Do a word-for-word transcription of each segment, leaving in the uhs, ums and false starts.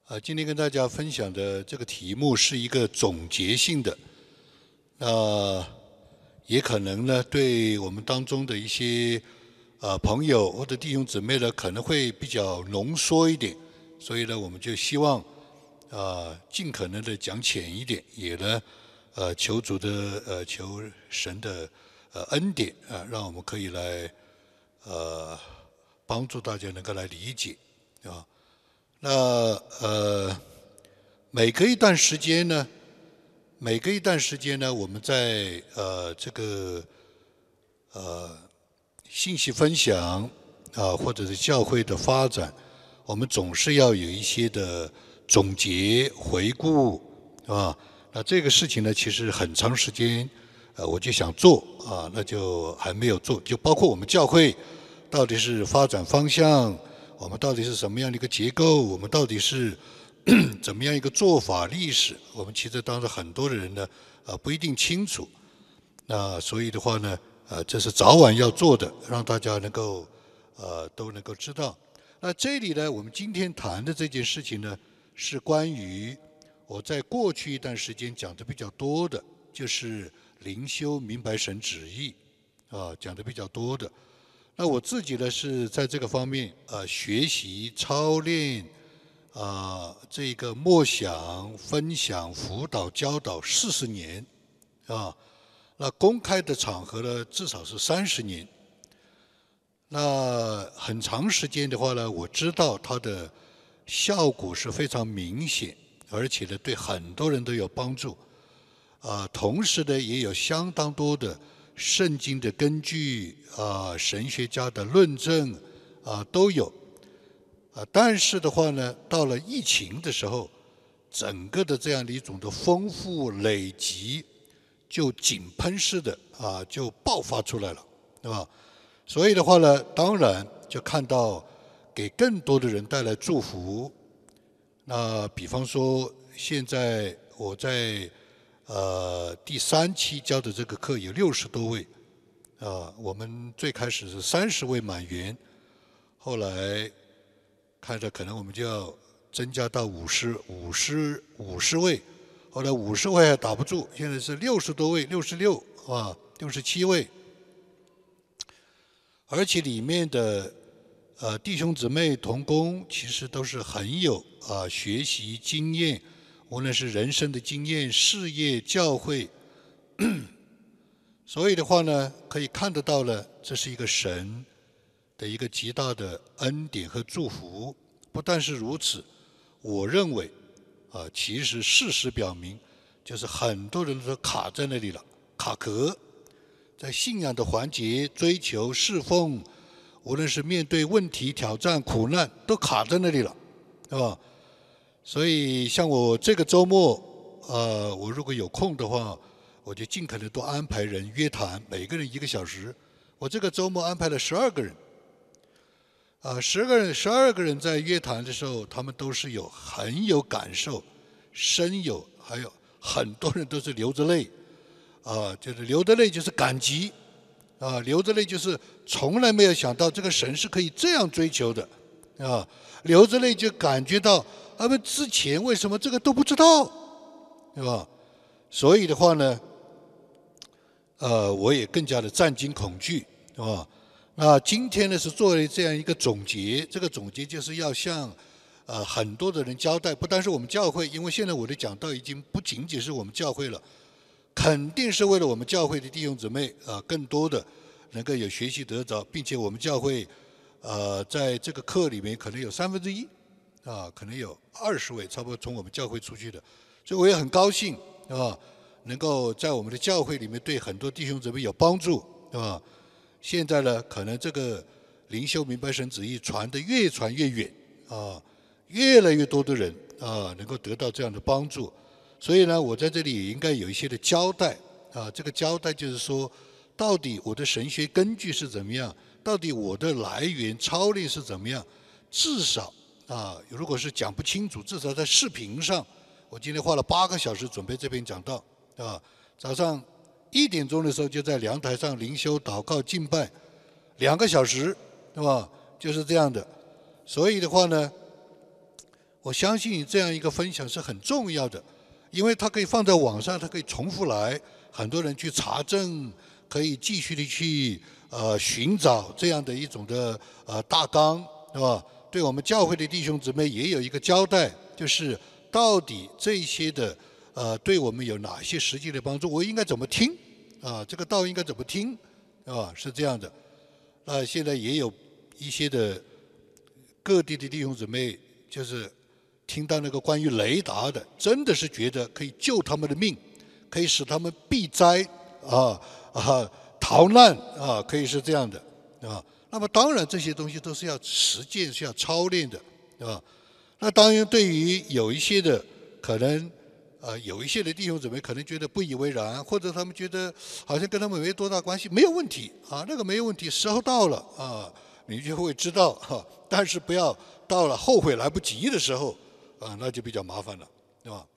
呃，今天跟大家分享的这个题目是一个总结性的，那也可能呢，对我们当中的一些呃朋友或者弟兄姊妹呢，可能会比较浓缩一点，所以呢，我们就希望啊、呃，尽可能的讲浅一点，也呢，呃，求主的呃求神的呃恩典啊、呃，让我们可以来呃帮助大家能够来理解啊。那呃，每隔一段时间呢，每隔一段时间呢，我们在呃这个呃信息分享啊、或者是教会的发展，我们总是要有一些的总结回顾啊。那这个事情呢，其实很长时间呃我就想做啊，那就还没有做，就包括我们教会到底是发展方向。我们到底是什么样的一个结构？我们到底是怎么样一个做法历史？我们其实当时很多的人呢，呃，不一定清楚。那所以的话呢，呃，这是早晚要做的，让大家能够呃都能够知道。那这里呢，我们今天谈的这件事情呢，是关于我在过去一段时间讲的比较多的，就是灵修明白神旨意啊，讲的比较多的。那我自己呢是在这个方面呃学习操练啊、呃、这个默想分享辅导教导四十年啊，那公开的场合呢至少是三十年。那很长时间的话呢，我知道它的效果是非常明显，而且呢对很多人都有帮助啊、呃，同时呢也有相当多的圣经的根据啊、呃，神学家的论证啊、呃、都有啊、呃，但是的话呢，到了疫情的时候，整个的这样的一种的丰富累积，就井喷式的啊就爆发出来了，对吧？所以的话呢，当然就看到给更多的人带来祝福。那比方说，现在我在呃，第三期教的这个课有六十多位，啊，我们最开始是三十位满员，后来看着可能我们就要增加到五十、五十、五十位，后来五十位还打不住，现在是六十多位，六十六啊，六十七位，而且里面的呃弟兄姊妹同工其实都是很有啊学习经验。无论是人生的经验、事业、教会，所以的话呢，可以看得到了，这是一个神的一个极大的恩典和祝福。不但是如此，我认为啊，其实事实表明，就是很多人都卡在那里了，卡壳，在信仰的环节、追求、侍奉，无论是面对问题、挑战、苦难，都卡在那里了，对吧？所以，像我这个周末，呃，我如果有空的话，我就尽可能多安排人约谈，每个人一个小时。我这个周末安排了十二个人，啊、呃，十个人，十二个人在约谈的时候，他们都是有很有感受，深有，还有很多人都是流着泪，啊、呃，就是流着泪就是感激，啊、呃，流着泪就是从来没有想到这个神是可以这样追求的，啊、呃，流着泪就感觉到。他们之前为什么这个都不知道，对吧？所以的话呢，呃，我也更加的战惊恐惧，对吧？那今天呢是作为这样一个总结，这个总结就是要向呃很多的人交代，不单是我们教会，因为现在我的讲道已经不仅仅是我们教会了，肯定是为了我们教会的弟兄姊妹啊、呃，更多的能够有学习得着，并且我们教会呃在这个课里面可能有三分之一。啊，可能有二十位，差不多从我们教会出去的，所以我也很高兴，啊，能够在我们的教会里面对很多弟兄姊妹有帮助，啊，现在呢，可能这个灵修明白神旨意传得越传越远，啊，越来越多的人啊能够得到这样的帮助，所以呢，我在这里也应该有一些的交代，啊，这个交代就是说，到底我的神学根据是怎么样，到底我的来源操练是怎么样，至少。啊，如果是讲不清楚，至少在视频上，我今天花了八个小时准备这篇讲道，啊，早上一点钟的时候就在阳台上灵修、祷告、敬拜，两个小时，对吧？就是这样的。所以的话呢， 我相信这样一个分享是很重要的，因为它可以放在网上，它可以重复来，很多人去查证，可以继续的去呃寻找这样的一种的呃大纲，是吧？对我们教会的弟兄姊妹也有一个交代，就是到底这些的呃对我们有哪些实际的帮助，我应该怎么听啊？这个道应该怎么听啊？是这样的。那现在也有一些的各地的弟兄姊妹，就是听到那个关于雷达的，真的是觉得可以救他们的命，可以使他们避灾啊啊逃难啊，可以是这样的啊。那么当然这些东西都是要实践，是要操练的，啊。那当然对于有一些的可能，呃，有一些的弟兄姊妹可能觉得不以为然，或者他们觉得好像跟他们没多大关系，没有问题啊，那个没有问题，时候到了啊，你就会知道哈、啊。但是不要到了后悔来不及的时候啊，那就比较麻烦了，对吧？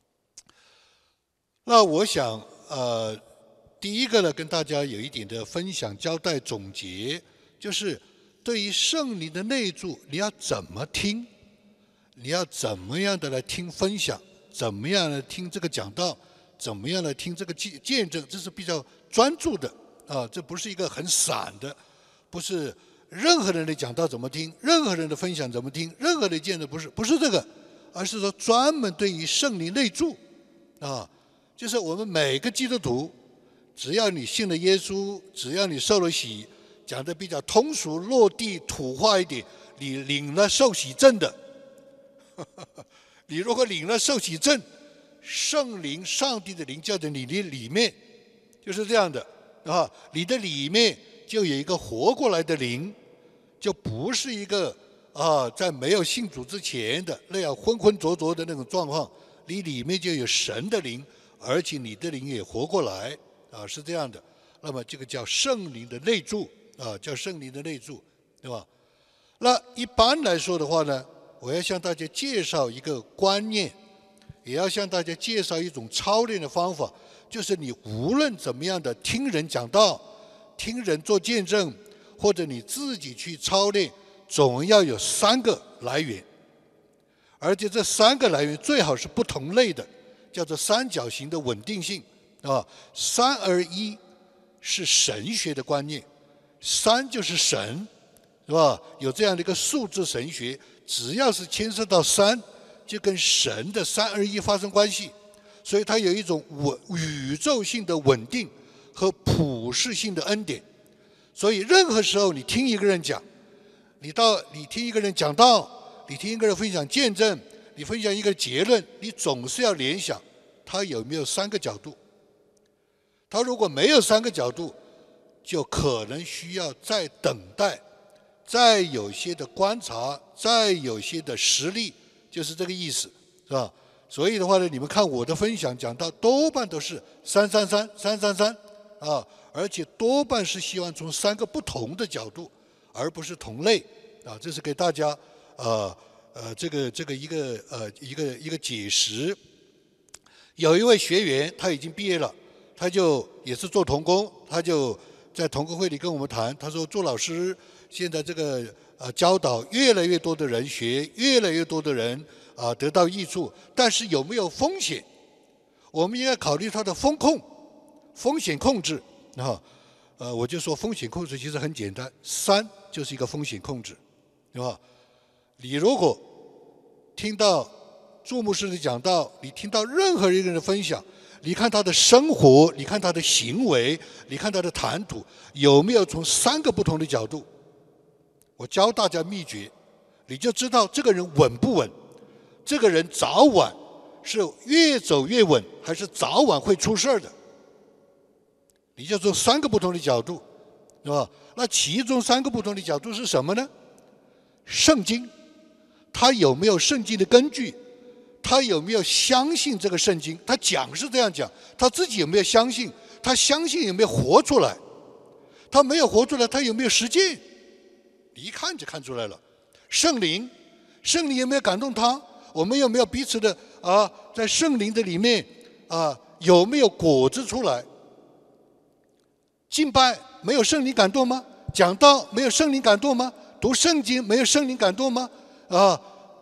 那我想呃，第一个呢，跟大家有一点的分享、交代、总结。就是对于圣灵的内住，你要怎么听？你要怎么样的来听分享？怎么样来听这个讲道？怎么样来听这个见见证？这是比较专注的啊，这不是一个很散的，不是任何人的讲道怎么听，任何人的分享怎么听，任何的见证不是不是这个，而是说专门对于圣灵内住啊，就是我们每个基督徒，只要你信了耶稣，只要你受了洗。讲的比较通俗、落地、土话一点，你领了受洗证的，你如果领了受洗证，圣灵、上帝的灵就在你的里面，就是这样的啊。你的里面就有一个活过来的灵，就不是一个啊在没有信主之前的那样昏昏浊浊的那种状况。你里面就有神的灵，而且你的灵也活过来啊，是这样的。那么这个叫圣灵的内住。啊，叫圣灵的内住，对吧？那一般来说的话呢，我要向大家介绍一个观念，也要向大家介绍一种操练的方法，就是你无论怎么样的听人讲道、听人做见证，或者你自己去操练，总要有三个来源，而且这三个来源最好是不同类的，叫做三角形的稳定性啊。三而一是神学的观念。三就是神，是吧？有这样的一个数字神学，只要是牵涉到三，就跟神的三而一发生关系，所以它有一种稳宇宙性的稳定和普世性的恩典。所以任何时候你听一个人讲，你到你听一个人讲道，你听一个人分享见证，你分享一个结论，你总是要联想他有没有三个角度。他如果没有三个角度，就可能需要再等待，再有些的观察，再有些的实力，就是这个意思，是吧？所以的话呢，你们看我的分享讲到多半都是三三三三三三啊，而且多半是希望从三个不同的角度，而不是同类啊，这是给大家呃呃这个这个一个呃一个一个解释。有一位学员他已经毕业了，他就也是做童工，他就在同工会里跟我们谈，他说：“祝老师，现在这个呃教导越来越多的人学，越来越多的人啊、呃、得到益处，但是有没有风险？我们应该考虑它的风控、风险控制啊。呃，我就说风险控制其实很简单，三就是一个风险控制，对吧？你如果听到祝牧师的讲道，你听到任何一个人的分享。”你看他的生活，你看他的行为，你看他的谈吐，有没有从三个不同的角度？我教大家秘诀，你就知道这个人稳不稳，这个人早晚是越走越稳，还是早晚会出事儿的。你就从三个不同的角度，是吧？那其中三个不同的角度是什么呢？圣经，他有没有圣经的根据？他有没有相信这个圣经？他讲是这样讲，他自己有没有相信？他相信有没有活出来？他没有活出来，他有没有实践？你一看就看出来了。圣灵，圣灵有没有感动他？我们有没有彼此的啊，在圣灵的里面啊，有没有果子出来？敬拜没有圣灵感动吗？讲道没有圣灵感动吗？读圣经没有圣灵感动吗？啊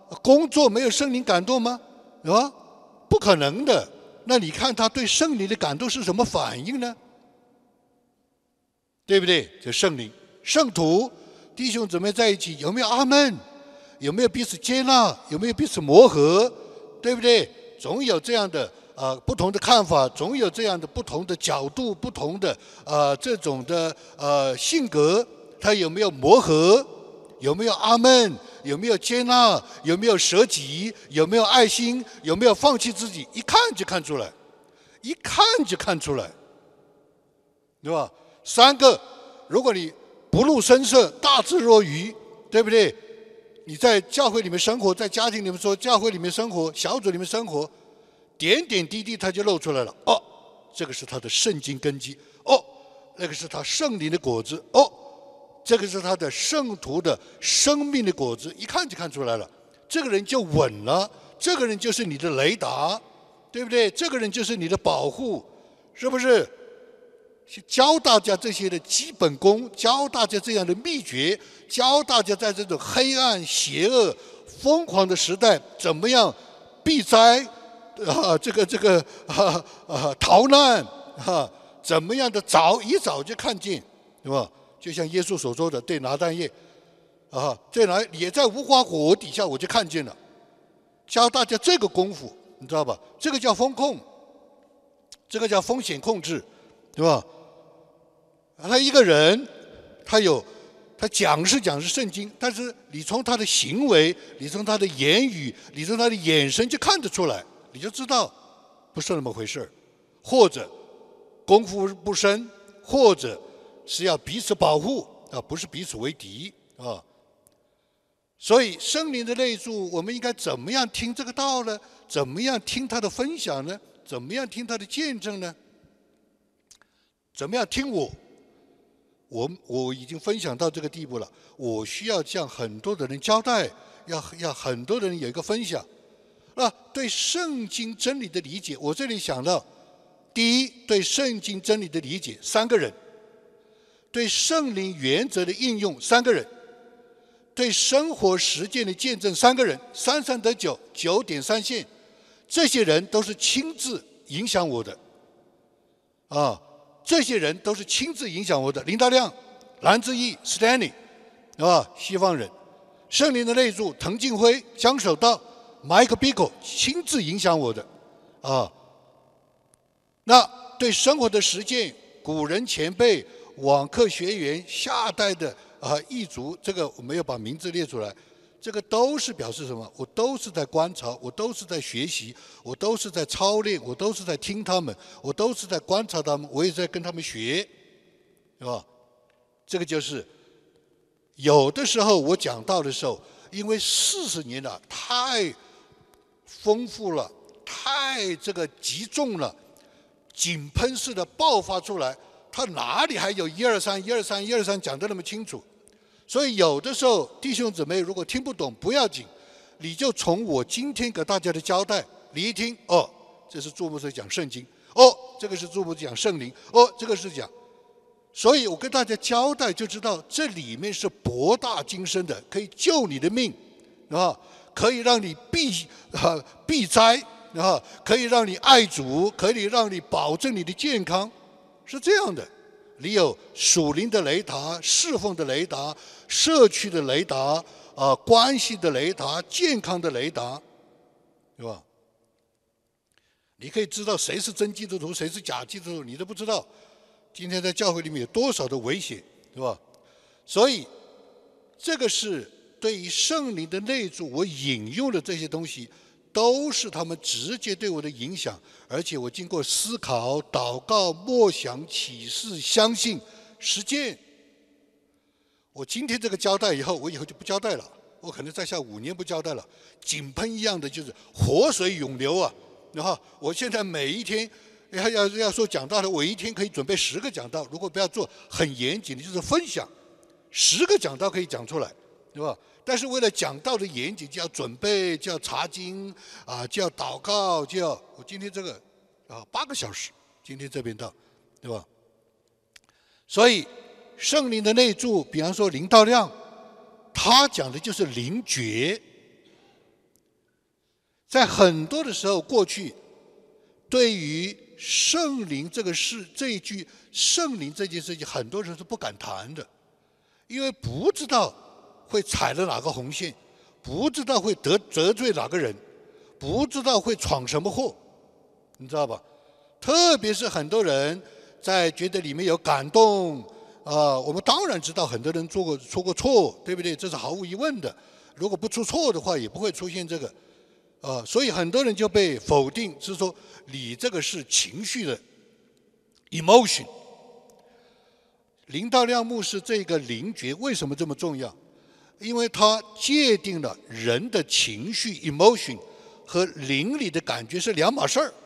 工作没有圣灵感动吗？是吧？不可能的。那你看他对圣灵的感动是什么反应呢？对不对？这圣灵、圣徒、弟兄姊妹在一起，有没有阿们？有没有彼此接纳？有没有彼此磨合？对不对？总有这样的呃不同的看法，总有这样的不同的角度，不同的呃这种的呃性格，他有没有磨合？有没有阿们？有没有接纳？有没有舍己？有没有爱心？有没有放弃自己？一看就看出来，一看就看出来，对吧？三个，如果你不露声色，大智若愚，对不对？你在教会里面生活，在家庭里面说，教会里面生活，小组里面生活，点点滴滴他就露出来了。哦，这个是他的圣经根基。哦，那个是他圣灵的果子。哦，这个是他的圣徒的生命的果子，一看就看出来了。这个人就稳了，这个人就是你的雷达，对不对？这个人就是你的保护，是不是？教大家这些的基本功，教大家这样的秘诀，教大家在这种黑暗、邪恶、疯狂的时代，怎么样避灾啊？这个这个啊啊逃难啊？怎么样的早一早就看见，对吧？就像耶稣所说的，对拿但业啊，这拿也在无花果底下，我就看见了。教大家这个功夫，你知道吧？这个叫风控，这个叫风险控制，对吧？他一个人，他有他讲是讲是圣经，但是你从他的行为，你从他的言语，你从他的眼神就看得出来，你就知道不是那么回事，或者功夫不深，或者是要彼此保护啊，不是彼此为敌啊。所以圣灵的内住，我们应该怎么样听这个道呢？怎么样听他的分享呢？怎么样听他的见证呢？怎么样听我？我我已经分享到这个地步了，我需要向很多的人交代，要要很多的人有一个分享。那对圣经真理的理解，我这里想到，第一，对圣经真理的理解，三个人；对圣灵原则的应用，三个人；对生活实践的见证，三个人。三三得九，九点三线，这些人都是亲自影响我的，啊。这些人都是亲自影响我的，林大亮、蓝志毅、Stanley， 啊，西方人；圣灵的内住，滕敬辉、江守道、Mike Bickle， 亲自影响我的，啊。那对生活的实践，古人前辈、网课学员、下代的啊异族，这个我没有把名字列出来。这个都是表示什么？我都是在观察，我都是在学习，我都是在操练，我都是在听他们，我都是在观察他们，我也在跟他们学，是吧？这个就是有的时候我讲到的时候，因为四十年了，太丰富了，太这个集中了，井喷式的爆发出来，他哪里还有一二三一二三一二三讲得那么清楚？所以有的时候弟兄姊妹如果听不懂不要紧，你就从我今天给大家的交代，你一听哦，这是注目是讲圣经，哦，这个是注目讲圣灵，哦，这个是讲，所以我跟大家交代就知道这里面是博大精深的，可以救你的命啊，可以让你避啊避灾啊，可以让你爱主，可以让你保证你的健康，是这样的。你有属灵的雷达、侍奉的雷达、社区的雷达、啊、呃、关系的雷达、健康的雷达，对吧？你可以知道谁是真基督徒，谁是假基督徒，你都不知道。今天在教会里面有多少的危险，对吧？所以这个是对于圣灵的内住，我引用的这些东西，都是他们直接对我的影响，而且我经过思考、祷告、默想、启示、相信、实践。我今天这个交代以后，我以后就不交代了，我可能再下五年不交代了。井喷一样的就是活水涌流啊！然后我现在每一天要要要说讲道的，我一天可以准备十个讲道，如果不要做很严谨的，就是分享，十个讲道可以讲出来，对吧？但是为了讲道的严谨，就要准备，就要查经啊，就要祷告，就要我今天这个啊八个小时，今天这边到，对吧？所以圣灵的内住，比方说林道亮，他讲的就是灵觉， 在很多的时候，过去对于圣灵这个事，这一句圣灵这件事情，很多人是不敢谈的，因为不知道会踩了哪个红线，不知道会得得罪哪个人，不知道会闯什么祸，你知道吧？特别是很多人在觉得里面有感动啊、呃，我们当然知道很多人做过出过错，对不对？这是毫无疑问的。如果不出错的话，也不会出现这个。啊、呃，所以很多人就被否定，是说你这个是情绪的 emotion。林道亮牧师这个灵觉为什么这么重要？因为他界定了人的情绪 emotion 和灵里的感觉是两码事儿，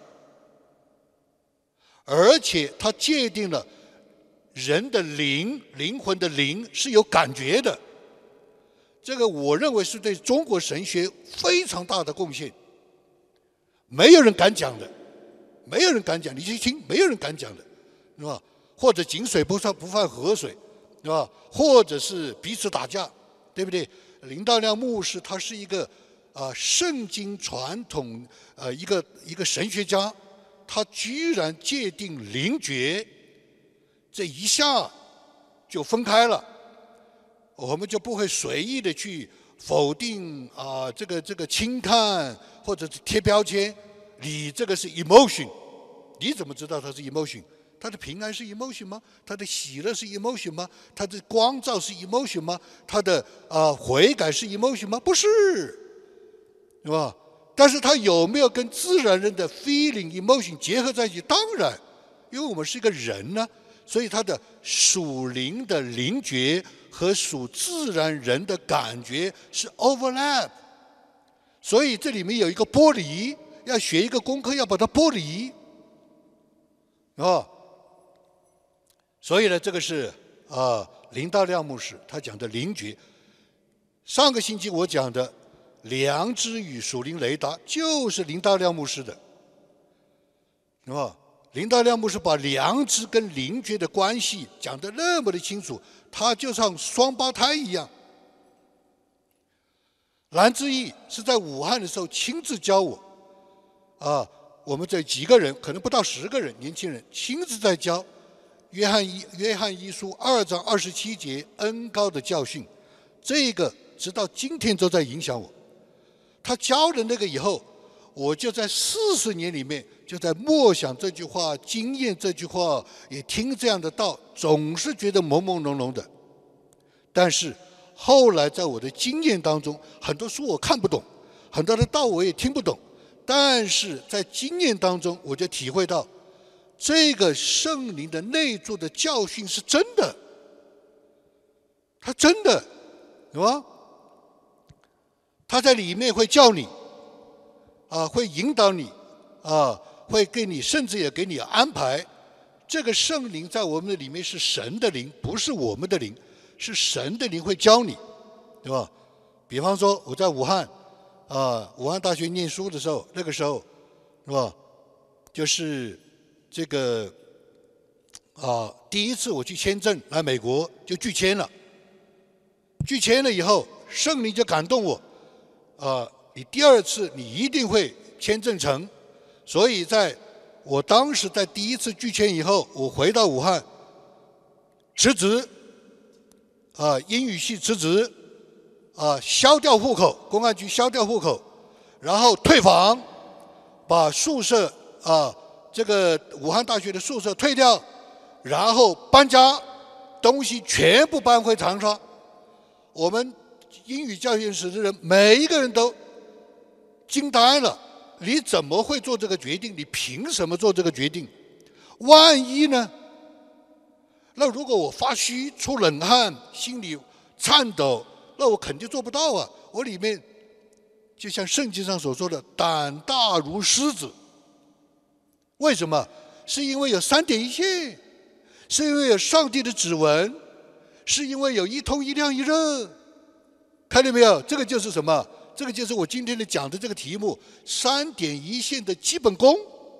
而且他界定了人的灵灵魂的灵是有感觉的。这个我认为是对中国神学非常大的贡献，没有人敢讲的，没有人敢讲，你去听，没有人敢讲的，是吧？或者井水不犯不犯河水，是吧？或者是彼此打架，对不对？林道亮牧师他是一个啊、呃、圣经传统呃一个一个神学家，他居然界定灵觉，这一下就分开了。我们就不会随意的去否定啊、呃，这个这个轻看或者是贴标签。你这个是 emotion， 你怎么知道它是 emotion？ 它的平安是 emotion 吗？它的喜乐是 emotion 吗？它的光照是 emotion 吗？它的啊、呃、悔改是 emotion 吗？不是，是吧？但是它有没有跟自然人的 feeling emotion 结合在一起？当然，因为我们是一个人呢，所以它的属灵的灵觉和属自然人的感觉是 overlap， 所以这里面有一个剥离，要学一个功课，要把它剥离，啊，所以呢，这个是啊、呃、林道亮牧师他讲的灵觉。上个星期我讲的良知与属灵雷达就是林道亮牧师的，是吧？林道亮牧师把良知跟灵觉的关系讲得那么的清楚，他就像双胞胎一样。蓝之义是在武汉的时候亲自教我，啊，我们这几个人可能不到十个人年轻人亲自在教约翰一约翰一书二章二十七节恩高的教训，这个直到今天都在影响我。他教了那个以后，我就在四十年里面就在默想这句话，经验这句话，也听这样的道，总是觉得朦朦胧胧的。但是后来在我的经验当中，很多书我看不懂，很多的道我也听不懂，但是在经验当中我就体会到，这个圣灵的内住的教训是真的，他真的，是吧？他在里面会叫你，啊，会引导你，啊，会给你，甚至也给你安排。这个圣灵在我们的里面是神的灵，不是我们的灵，是神的灵会教你，对吧？比方说我在武汉，啊，武汉大学念书的时候，那个时候，是吧？就是这个，啊，第一次我去签证来美国就拒签了，拒签了以后，圣灵就感动我。啊，你第二次你一定会签证成，所以在我当时在第一次拒签以后，我回到武汉辞职，啊，英语系辞职，啊，销掉户口，公安局销掉户口，然后退房，把宿舍啊这个武汉大学的宿舍退掉，然后搬家，东西全部搬回长沙，我们英语教研室的人每一个人都惊呆了，你怎么会做这个决定？你凭什么做这个决定？万一呢？那如果我发虚、出冷汗、心里颤抖，那我肯定做不到啊！我里面就像圣经上所说的，胆大如狮子。为什么？是因为有三点一线，是因为有上帝的指纹，是因为有一通一亮一热。看到没有？这个就是什么？这个就是我今天的讲的这个题目：三点一线的基本功，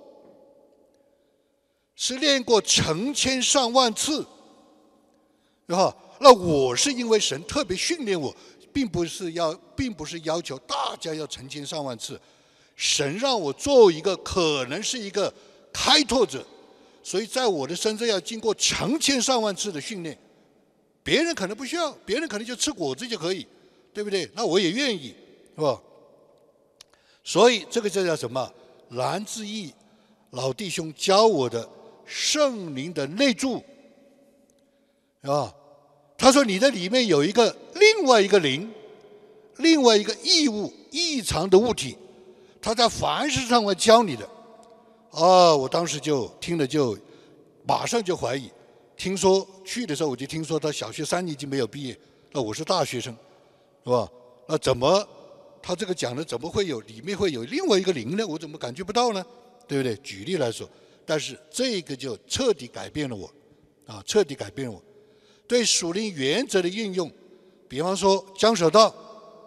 是练过成千上万次，然后那我是因为神特别训练我，并不是要，并不是要求大家要成千上万次， 神让我做一个可能是一个开拓者，所以在我的身上要经过成千上万次的训练。别人可能不需要，别人可能就吃果子就可以，对不对？那我也愿意，是吧？所以这个就叫什么？蓝志毅老弟兄教我的圣灵的内住，是吧？他说你的里面有一个另外一个灵，另外一个异物、异常的物体，他在凡事上会教你的。啊，我当时就听了就马上就怀疑。听说去的时候我就听说他小学三年级没有毕业，那我是大学生，是吧？那怎么他这个讲的怎么会有里面会有另外一个灵呢？我怎么感觉不到呢？对不对？举例来说，但是这个就彻底改变了我，啊，彻底改变了我对属灵原则的运用。比方说江守道，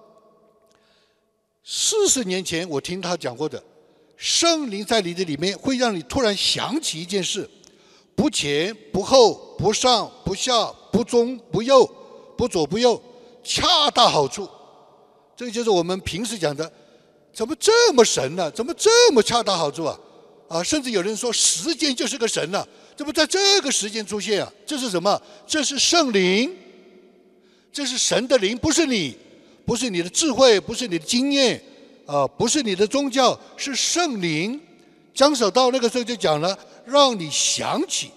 四十年前我听他讲过的，圣灵在你的里面会让你突然想起一件事，不前不后不上不下不中不右不左不右，恰到好处。这个就是我们平时讲的，怎么这么神呢、啊？怎么这么恰到好处啊？啊，甚至有人说时间就是个神呢、啊，怎么在这个时间出现啊？这是什么？这是圣灵，这是神的灵，不是你，不是你的智慧，不是你的经验，啊，不是你的宗教，是圣灵。江守道那个时候就讲了，让你想起，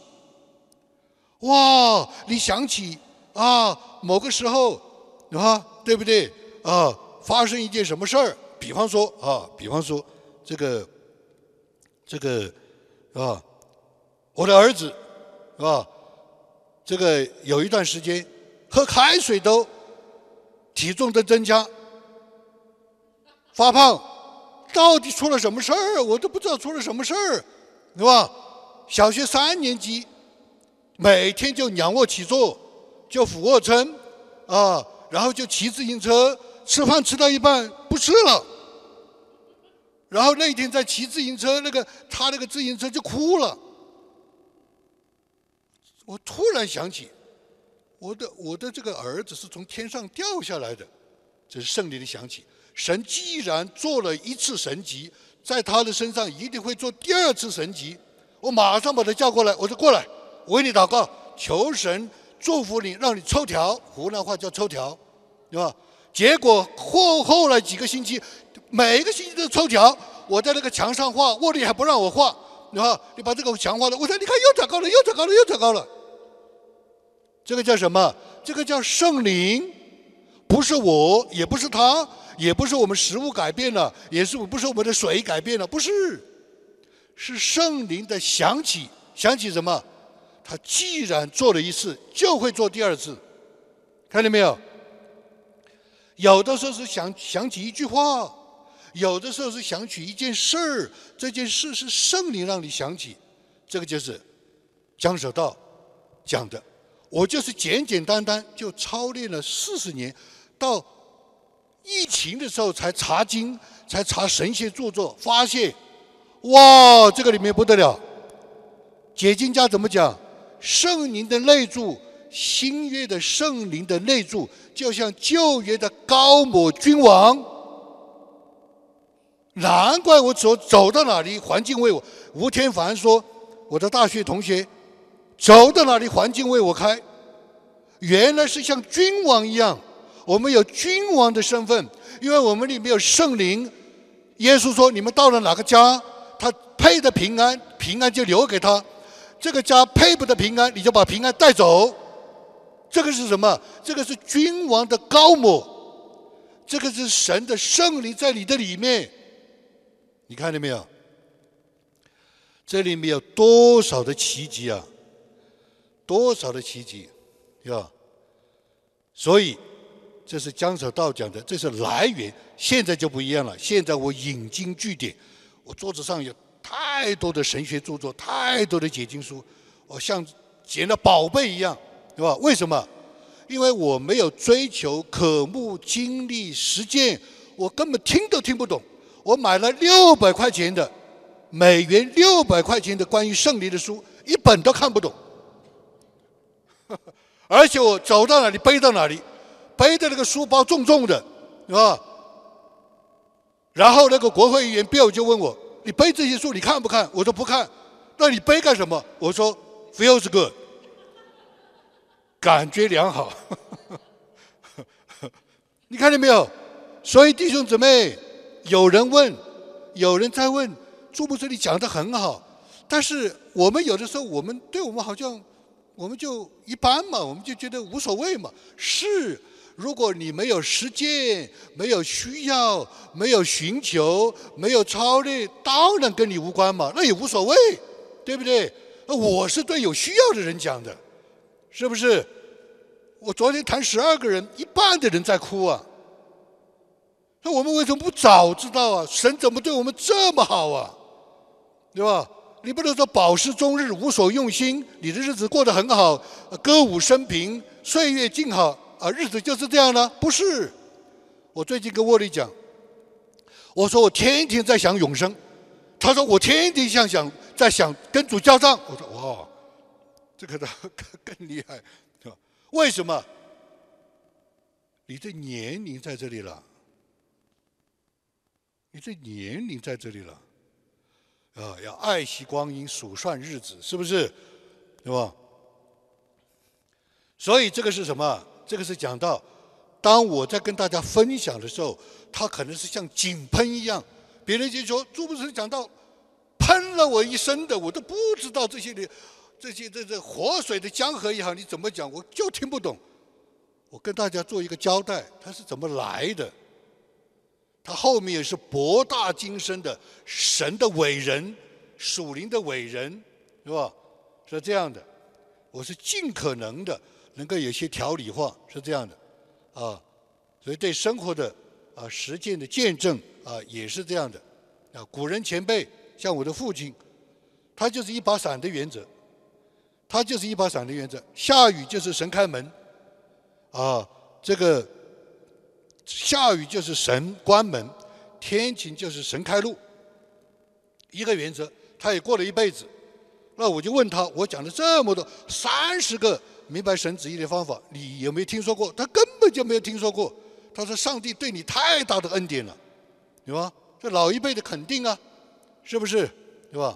哇，你想起啊，某个时候啊，对不对啊？发生一件什么事儿？比方说啊，比方说这个。这个啊，我的儿子啊，这个有一段时间喝开水都体重的增加，发胖，到底出了什么事儿？我都不知道出了什么事儿，是吧？小学三年级，每天就仰卧起坐，就俯卧撑，啊，然后就骑自行车，吃饭吃到一半不吃了。然后那天在骑自行车，那个他那个自行车就哭了。我突然想起，我的我的这个儿子是从天上掉下来的，这是圣灵的想起。神既然做了一次神迹，在他的身上一定会做第二次神迹。我马上把他叫过来，我说过来，我为你祷告，求神祝福你，让你抽条，湖南话叫抽条，对吧？结果后后来几个星期。每个星期都抽条，我在那个墙上画，沃利还不让我画，对吧？你把这个墙画了，我说你看又长高了，又长高了，又长高了。这个叫什么？这个叫圣灵，不是我，也不是他，也不是我们食物改变了，也是不是我们的水改变了，不是，是圣灵的想起，想起什么？他既然做了一次，就会做第二次，看见没有？有的时候是想想起一句话。有的时候是想起一件事儿，这件事是圣灵让你想起，这个就是江守道讲的。我就是简简单单就操练了四十年，到疫情的时候才查经，才查神学著作，发现哇，这个里面不得了。解经家怎么讲？圣灵的内住，新约的圣灵的内住，就像旧约的高抹君王。难怪我走走到哪里，环境为我。吴天凡说，我的大学同学，走到哪里环境为我开。原来是像君王一样，我们有君王的身份，因为我们里面有圣灵。耶稣说，你们到了哪个家，他配的平安，平安就留给他；这个家配不得平安，你就把平安带走。这个是什么？这个是君王的高抹，这个是神的圣灵在你的里面。你看见没有？这里面有多少的奇迹啊！多少的奇迹，对吧？所以这是江守道讲的，这是来源。现在就不一样了，现在我引经据典，我桌子上有太多的神学著作，太多的解经书，我像捡了宝贝一样，对吧？为什么？因为我没有追求渴慕经历实践，我根本听都听不懂。我买了六百块钱的美元六百块钱的关于圣灵的书，一本都看不懂。而且我走到哪里背到哪里，背的那个书包重重的，是吧？ 然后那个国会议员 Bill 就问我：“你背这些书你看不看？”我说：“不看。”那你背干什么？我说 ：“Feels good， 感觉良好。”你看见没有？所以弟兄姊妹，有人问，有人在问，朱牧师你讲得很好，但是我们有的时候，我们对我们好像我们就一般嘛，我们就觉得无所谓嘛。是。如果你没有实践，没有需要，没有寻求，没有操练，当然跟你无关嘛，那也无所谓，对不对？我是对有需要的人讲的，是不是？我昨天谈十二个人，一半的人在哭啊。那我们为什么不早知道啊？神怎么对我们这么好啊？对吧？你不能说饱食终日，无所用心，你的日子过得很好，歌舞升平，岁月静好。啊，日子就是这样的，不是？我最近跟沃利讲，我说我天天在想永生，他说我天天想想在想跟主交账。我说哇，这个的更更厉害，为什么？你的年龄在这里了，你的年龄在这里了，啊，要爱惜光阴，数算日子，是不是？对吧？所以这个是什么？这个是讲到，当我在跟大家分享的时候，它可能是像井喷一样，别人就说朱牧师讲到喷了我一身的，我都不知道这些的这些这这活水的江河也好，你怎么讲我就听不懂。我跟大家做一个交代，它是怎么来的？它后面也是博大精深的神的伟人、属灵的伟人，是吧？是这样的，我是尽可能的。能够有些条理化，是这样的，啊，所以对生活的啊实践的见证啊也是这样的，啊，古人前辈像我的父亲，他就是一把伞的原则，他就是一把伞的原则，下雨就是神开门，啊，这个下雨就是神关门，天晴就是神开路，一个原则，他也过了一辈子。那我就问他，我讲了这么多三十个明白神旨意的方法，你有没有听说过？他根本就没有听说过。他说：“上帝对你太大的恩典了，对吧？”这老一辈的肯定啊，是不是？对吧？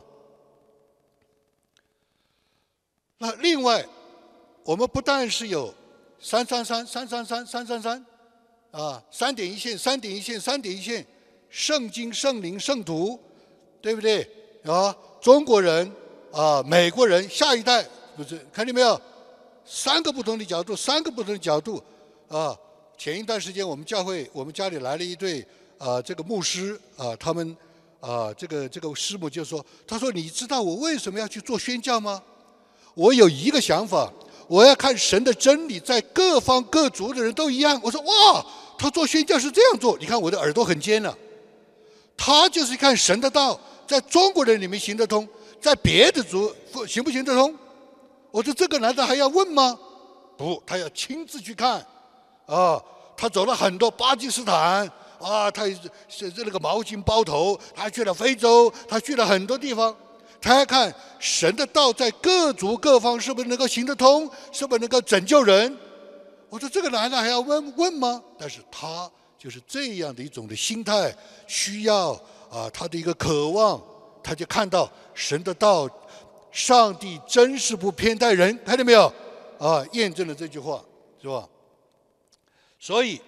那另外，我们不但是有三三三、三三三、三三三，啊，三点一线、三点一线、三点一线，圣经、圣灵、圣徒，对不对？啊，中国人。啊，美国人下一代不是看见没有？三个不同的角度，三个不同的角度啊！前一段时间我们教会，我们家里来了一对啊，这个牧师啊，他们啊，这个这个师母就说，他说你知道我为什么要去做宣教吗？我有一个想法，我要看神的真理在各方各族的人都一样。我说哇，他做宣教是这样做，你看我的耳朵很尖了。他就是看神的道在中国人里面行得通。在别的族行不行得通？我说这个难道还要问吗？不，他要亲自去看，啊，他走了很多巴基斯坦，啊，他是这个毛巾包头，他去了非洲，他去了很多地方，他要看神的道在各族各方是不是能够行得通，是不是能够拯救人。我说这个难道还要问问吗？但是他就是这样的一种的心态，需要啊，他的一个渴望。他就看到神的道，上帝真是不偏待人，看见没有？啊，验证了这句话，是吧？所以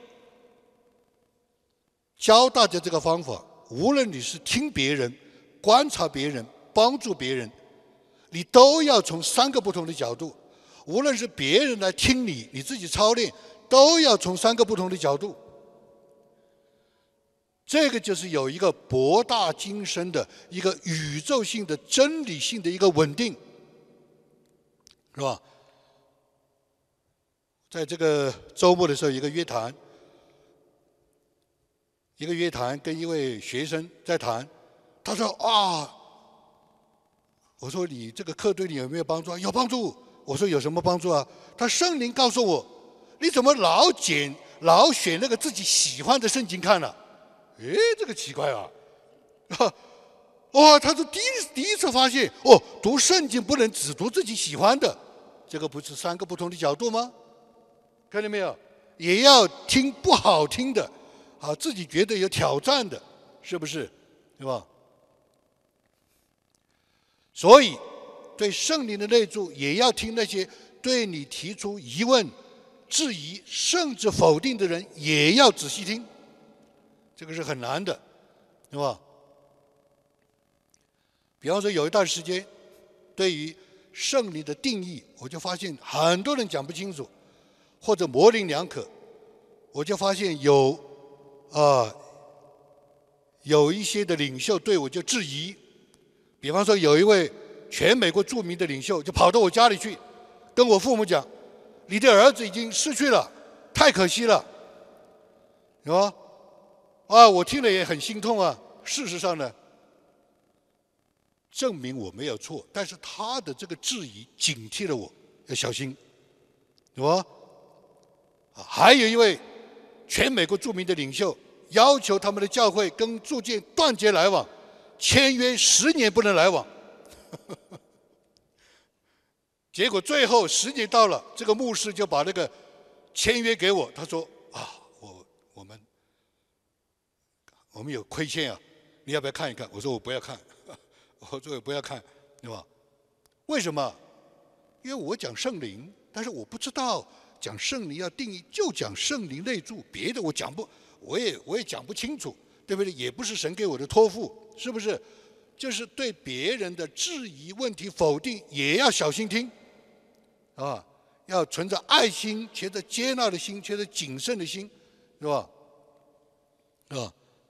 教大家这个方法，无论你是听别人、观察别人、帮助别人，你都要从三个不同的角度。无论是别人来听你，你自己操练，都要从三个不同的角度。这个就是有一个博大精深的一个宇宙性的真理性的一个稳定，是吧？在这个周末的时候，一个约谈，一个约谈跟一位学生在谈，他说啊，我说你这个课对你有没有帮助？有帮助。我说有什么帮助啊？他圣灵告诉我，你怎么老捡老选那个自己喜欢的圣经看呢、啊？哎，这个奇怪啊！啊，哇，他说第一第一次发现，哦，读圣经不能只读自己喜欢的，这个不是三个不同的角度吗？看见没有？也要听不好听的，啊，自己觉得有挑战的， 是不是？对吧？所以，对圣灵的内住，也要听那些对你提出疑问、质疑甚至否定的人，也要仔细听。这个是很难的，对吧？比方说，有一段时间，对于圣灵的定义，我就发现很多人讲不清楚，或者模棱两可。我就发现有啊、呃、有一些的领袖对我就质疑，比方说有一位全美国著名的领袖就跑到我家里去，跟我父母讲：“你的儿子已经逝去了，太可惜了。”是吧？啊，我听了也很心痛啊。事实上呢，证明我没有错，但是他的这个质疑警惕了我，要小心，是吧？啊，还有一位全美国著名的领袖要求他们的教会跟铸剑断绝来往，签约十年不能来往。结果最后十年到了，这个牧师就把那个签约给我，他说：“啊，我我们我们有亏欠啊，你要不要看一看？”我说：“我不要看。”我说：“我不要看，对吧？为什么？因为我讲圣灵，但是我不知道讲圣灵要定义，就讲圣灵内住，别的我讲不，我也我也讲不清楚，对不对？也不是神给我的托付，是不是？就是对别人的质疑、问题、否定，也要小心听，啊，要存着爱心，且着接纳的心，且着谨慎的心，是吧？啊，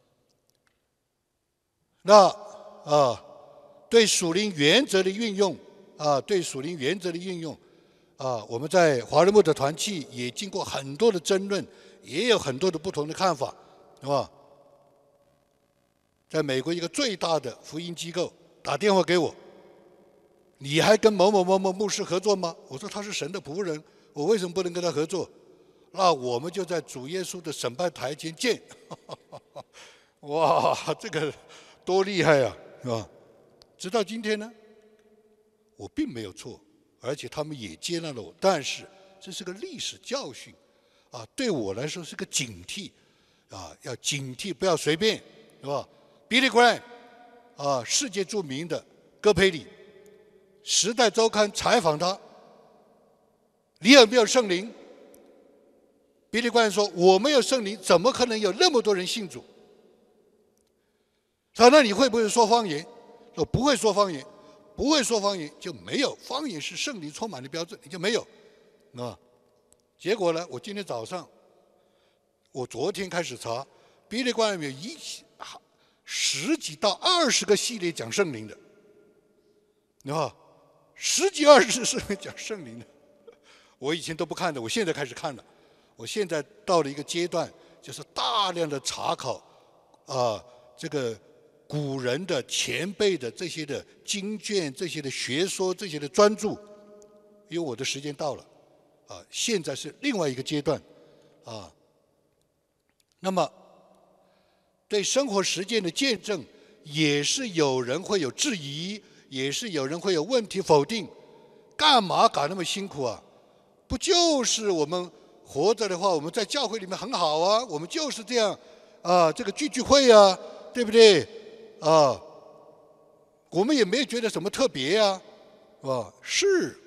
那啊，对属灵原则的运用啊，对属灵原则的运用啊，我们在华人牧者团契也经过很多的争论，也有很多的不同的看法，是吧？在美国一个最大的福音机构打电话给我，你还跟某某某某牧师合作吗？我说他是神的仆人，我为什么不能跟他合作？那我们就在主耶稣的审判台前见。哇，这个多厉害呀，是吧？直到今天呢，我并没有错，而且他们也接纳了我，但是这是个历史教训啊，对我来说是个警惕啊，要警惕，不要随便，是吧？Billy Graham 啊，世界著名的戈培里，《时代周刊》采访他，你有没有圣灵？Billy Graham 说：“我没有圣灵，怎么可能有那么多人信主？”他说：“那你会不会说方言？”说：“不会说方言，不会说方言就没有，方言是圣灵充满的标志，你就没有，啊？”结果呢，我今天早上，我昨天开始查，Billy Graham有一十几到二十个系列讲圣灵的，你看，十几二十是讲圣灵的，我以前都不看的，我现在开始看了。我现在到了一个阶段，就是大量的查考啊，这个古人的前辈的这些的经卷、这些的学说、这些的专著，因为我的时间到了，啊，现在是另外一个阶段，啊，那么。对生活实践的见证，也是有人会有质疑，也是有人会有问题否定。干嘛搞那么辛苦啊？不就是我们活着的话，我们在教会里面很好啊，我们就是这样啊，这个聚聚会啊，对不对？啊，我们也没有觉得什么特别呀，是吧？是。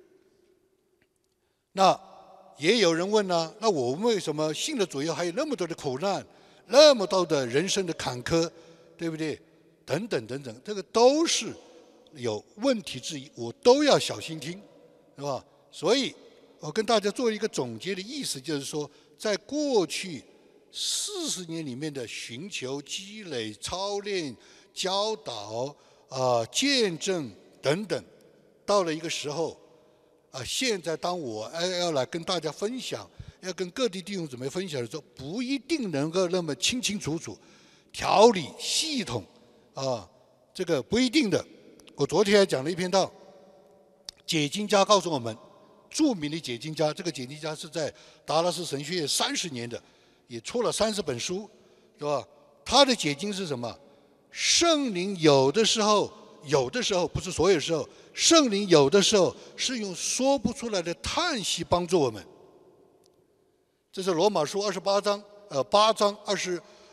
那也有人问呢，那我们为什么信了主以后还有那么多的苦难？那么多的人生的坎坷，对不对？等等等等，这个都是有问题之一，我都要小心听，是吧？所以，我跟大家做一个总结的意思，就是说，在过去四十年里面的寻求、积累、操练、教导、啊、呃、见证等等，到了一个时候，啊、呃，现在当我要来跟大家分享。要跟各地弟兄姊妹分享的时候，不一定能够那么清清楚楚、条理系统啊，这个不一定的。我昨天还讲了一篇道，解经家告诉我们，著名的解经家，这个解经家是在达拉斯神学院三十年的，也出了三十本书，是吧？他的解经是什么？圣灵有的时候，有的时候不是所有时候，圣灵有的时候是用说不出来的叹息帮助我们。这是罗马书二十八章，呃，八章二十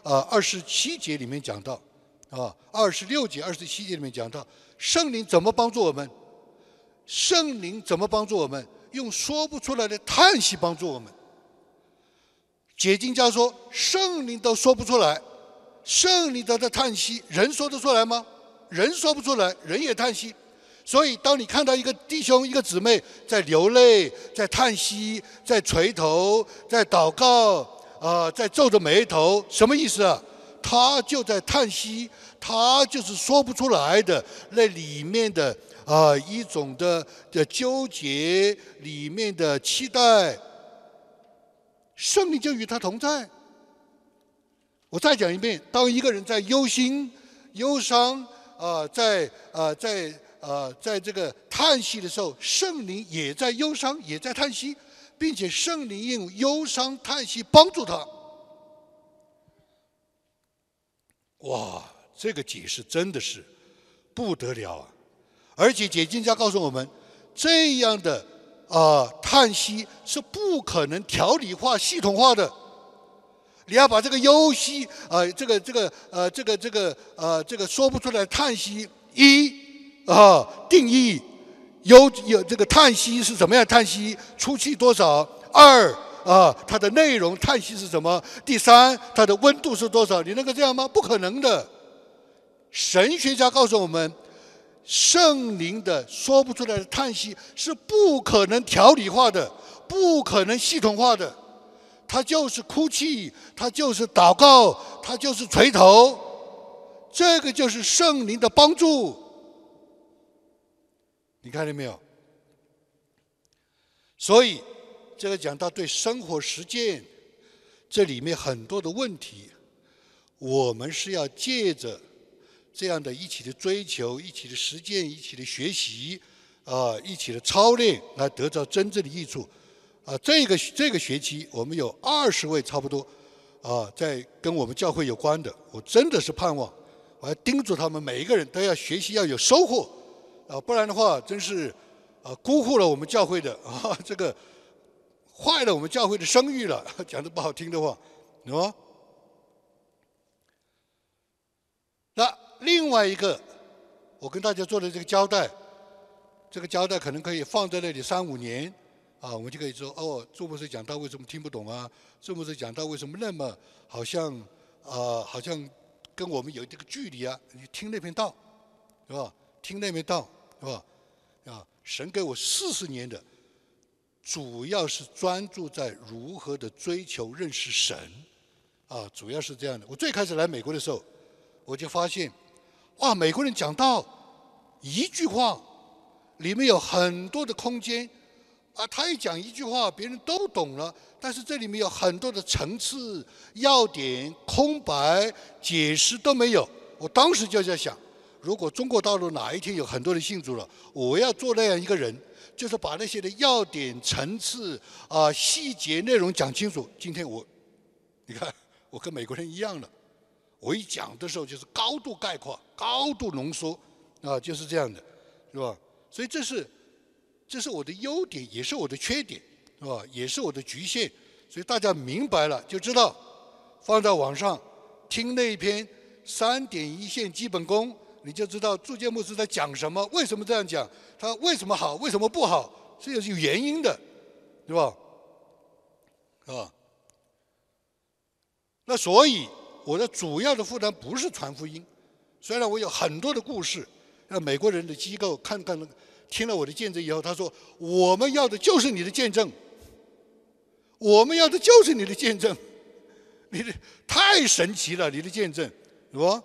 呃二十七节里面讲到，啊，二十六节、二十七节里面讲到，圣灵怎么帮助我们？圣灵怎么帮助我们？用说不出来的叹息帮助我们。解经家说，圣灵都说不出来，圣灵都在叹息，人说得出来吗？人说不出来，人也叹息。所以，当你看到一个弟兄、一个姊妹在流泪、在叹息、在垂头、在祷告，啊、呃，在皱着眉头，什么意思啊？他就在叹息，他就是说不出来的那里面的啊、呃、一种的的纠结，里面的期待，圣灵就与他同在。我再讲一遍，当一个人在忧心、忧伤啊、呃，在啊、呃、在。呃，在这个叹息的时候，圣灵也在忧伤，也在叹息，并且圣灵用忧伤、叹息帮助他。哇，这个解释真的是不得了啊！而且解经家告诉我们，这样的啊、呃、叹息是不可能条理化、系统化的。你要把这个忧息，呃，这个这个呃这个这个呃这个说不出来的叹息一。啊，定义有有这个叹息是怎么样？叹息出气多少？二啊，它的内容叹息是什么？第三，它的温度是多少？你能够这样吗？不可能的。神学家告诉我们，圣灵的说不出来的叹息是不可能条理化的，不可能系统化的。它就是哭泣，它就是祷告，它就是垂头。这个就是圣灵的帮助。你看见没有？所以这个讲到对生活实践，这里面很多的问题，我们是要借着这样的一起的追求、一起的实践、一起的学习，啊、呃，一起的操练，来得到真正的益处。啊、呃，这个这个学期我们有二十位差不多，啊、呃，在跟我们教会有关的，我真的是盼望，我要叮嘱他们每一个人都要学习，要有收获。啊，不然的话，真是啊辜负了我们教会的啊，这个坏了我们教会的声誉了。讲的不好听的话，是吧？那另外一个，我跟大家做的这个交代，这个交代可能可以放在那里三五年啊，我们就可以说哦，朱牧师讲道为什么听不懂啊？朱牧师讲道为什么那么好像啊，好像跟我们有这个距离啊？你听那篇道，是吧？听那篇道。是吧？啊，神给我四十年的，主要是专注在如何的追求认识神，啊，主要是这样的。我最开始来美国的时候，我就发现，哇，美国人讲道一句话，里面有很多的空间，啊，他一讲一句话，别人都懂了，但是这里面有很多的层次、要点、空白、解释都没有。我当时就在想。如果中国大陆哪一天有很多人信主了，我要做那样一个人，就是把那些的要点、层次啊、呃、细节、内容讲清楚。今天我，你看，我跟美国人一样了，我一讲的时候就是高度概括、高度浓缩，啊，就是这样的，是吧？所以这是，这是我的优点，也是我的缺点，是吧？也是我的局限。所以大家明白了就知道，放在网上听那一篇三点一线基本功。你就知道祝建牧师在讲什么，为什么这样讲，他为什么好，为什么不好，是有原因的，对吧？啊，那所以我的主要的负担不是传福音，虽然我有很多的故事，让美国人的机构看看听了我的见证以后，他说我们要的就是你的见证，我们要的就是你的见证，你的太神奇了，你的见证，是吧？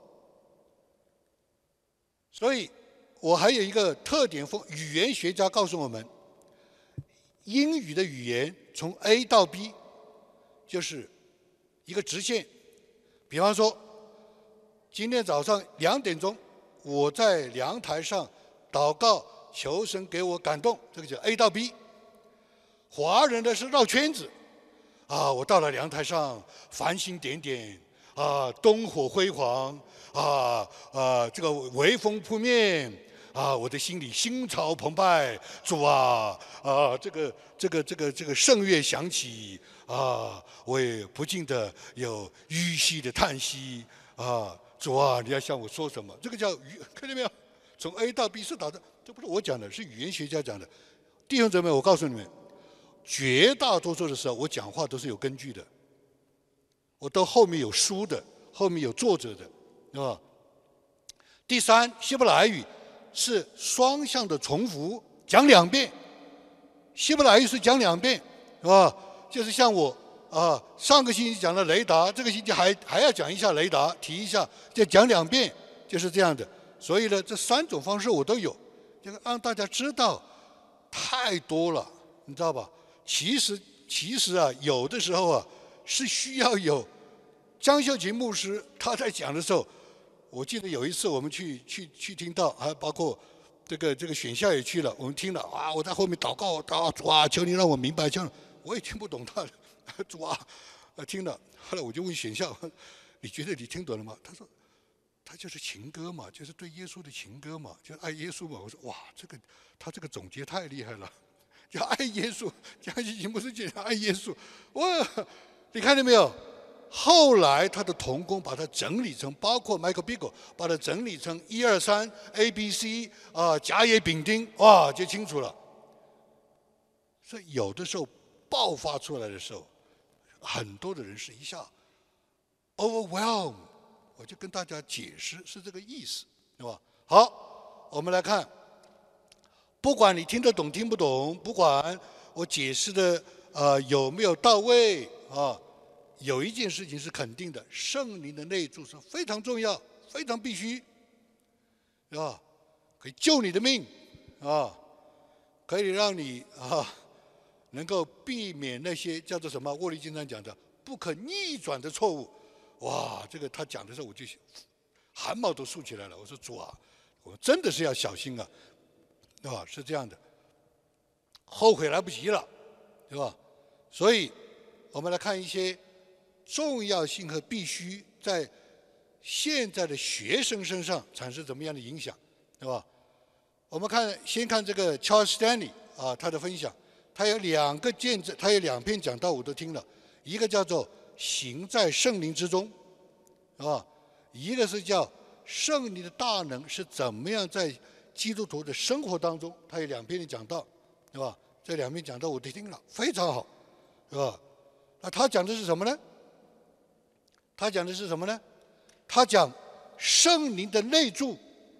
所以，我还有一个特点，风语言学家告诉我们，英语的语言从 A 到 B 就是一个直线。比方说，今天早上两点钟，我在阳台上祷告，求神给我感动，这个叫 A 到 B。华人的是绕圈子，啊，我到了阳台上，繁星点点，啊，灯火辉煌。啊啊，这个微风扑面啊，我的心里心潮澎湃，主啊啊，这个这个这个这个圣乐响起啊，我也不禁的有吁息的叹息啊，主啊，你要向我说什么？这个叫语，看见没有？从 A 到 B 是打的，这不是我讲的，是语言学家讲的。弟兄姊妹，我告诉你们，绝大多数的时候，我讲话都是有根据的，我都后面有书的，后面有作者的，是吧？第三，希伯来语是双向的重复，讲两遍。希伯来语是讲两遍，是吧？就是像我啊，上个星期讲了雷达，这个星期还还要讲一下雷达，提一下，再讲两遍，就是这样的。所以呢，这三种方式我都有，这个让大家知道太多了，你知道吧？其实其实啊，有的时候啊，是需要有张秀琴牧师他在讲的时候。我记得有一次我们去去去听到，还包括这个这个选校也去了，我们听了啊，我在后面祷告，祷主啊，求你让我明白，这样我也听不懂他的，主啊，听了，后来我就问选校，你觉得你听懂了吗？他说，他就是情歌嘛，就是对耶稣的情歌嘛，就是爱耶稣嘛。我说哇，这个他这个总结太厉害了，叫爱耶稣，江西秦牧师讲爱耶稣，哇，你看见没有？后来他的同工把它整理成，包括 Michael Bickle 把它整理成一二三 A B C 啊，甲乙丙丁，哇，就清楚了。所以有的时候爆发出来的时候，很多的人是一下 overwhelm， 我就跟大家解释是这个意思，对吧？好，我们来看，不管你听得懂听不懂，不管我解释的呃有没有到位啊。有一件事情是肯定的，圣灵的内住是非常重要、非常必须，是吧？可以救你的命，啊，可以让你啊能够避免那些叫做什么？沃利经常讲的不可逆转的错误。哇，这个他讲的时候，我就汗毛都竖起来了。我说主啊，我真的是要小心啊，对吧？是这样的，后悔来不及了，对吧？所以我们来看一些。重要性和必须在现在的学生身上产生怎么样的影响，对吧？我们看，先看这个 Charles Stanley 啊，他的分享，他有两个见证，他有两篇讲道我都听了，一个叫做《行在圣灵之中》，啊，一个是叫圣灵的大能是怎么样在基督徒的生活当中，他有两篇的讲道，对吧？这两篇讲道我都听了，非常好，对吧？那他讲的是什么呢？他讲的是什么呢？他讲圣灵的内住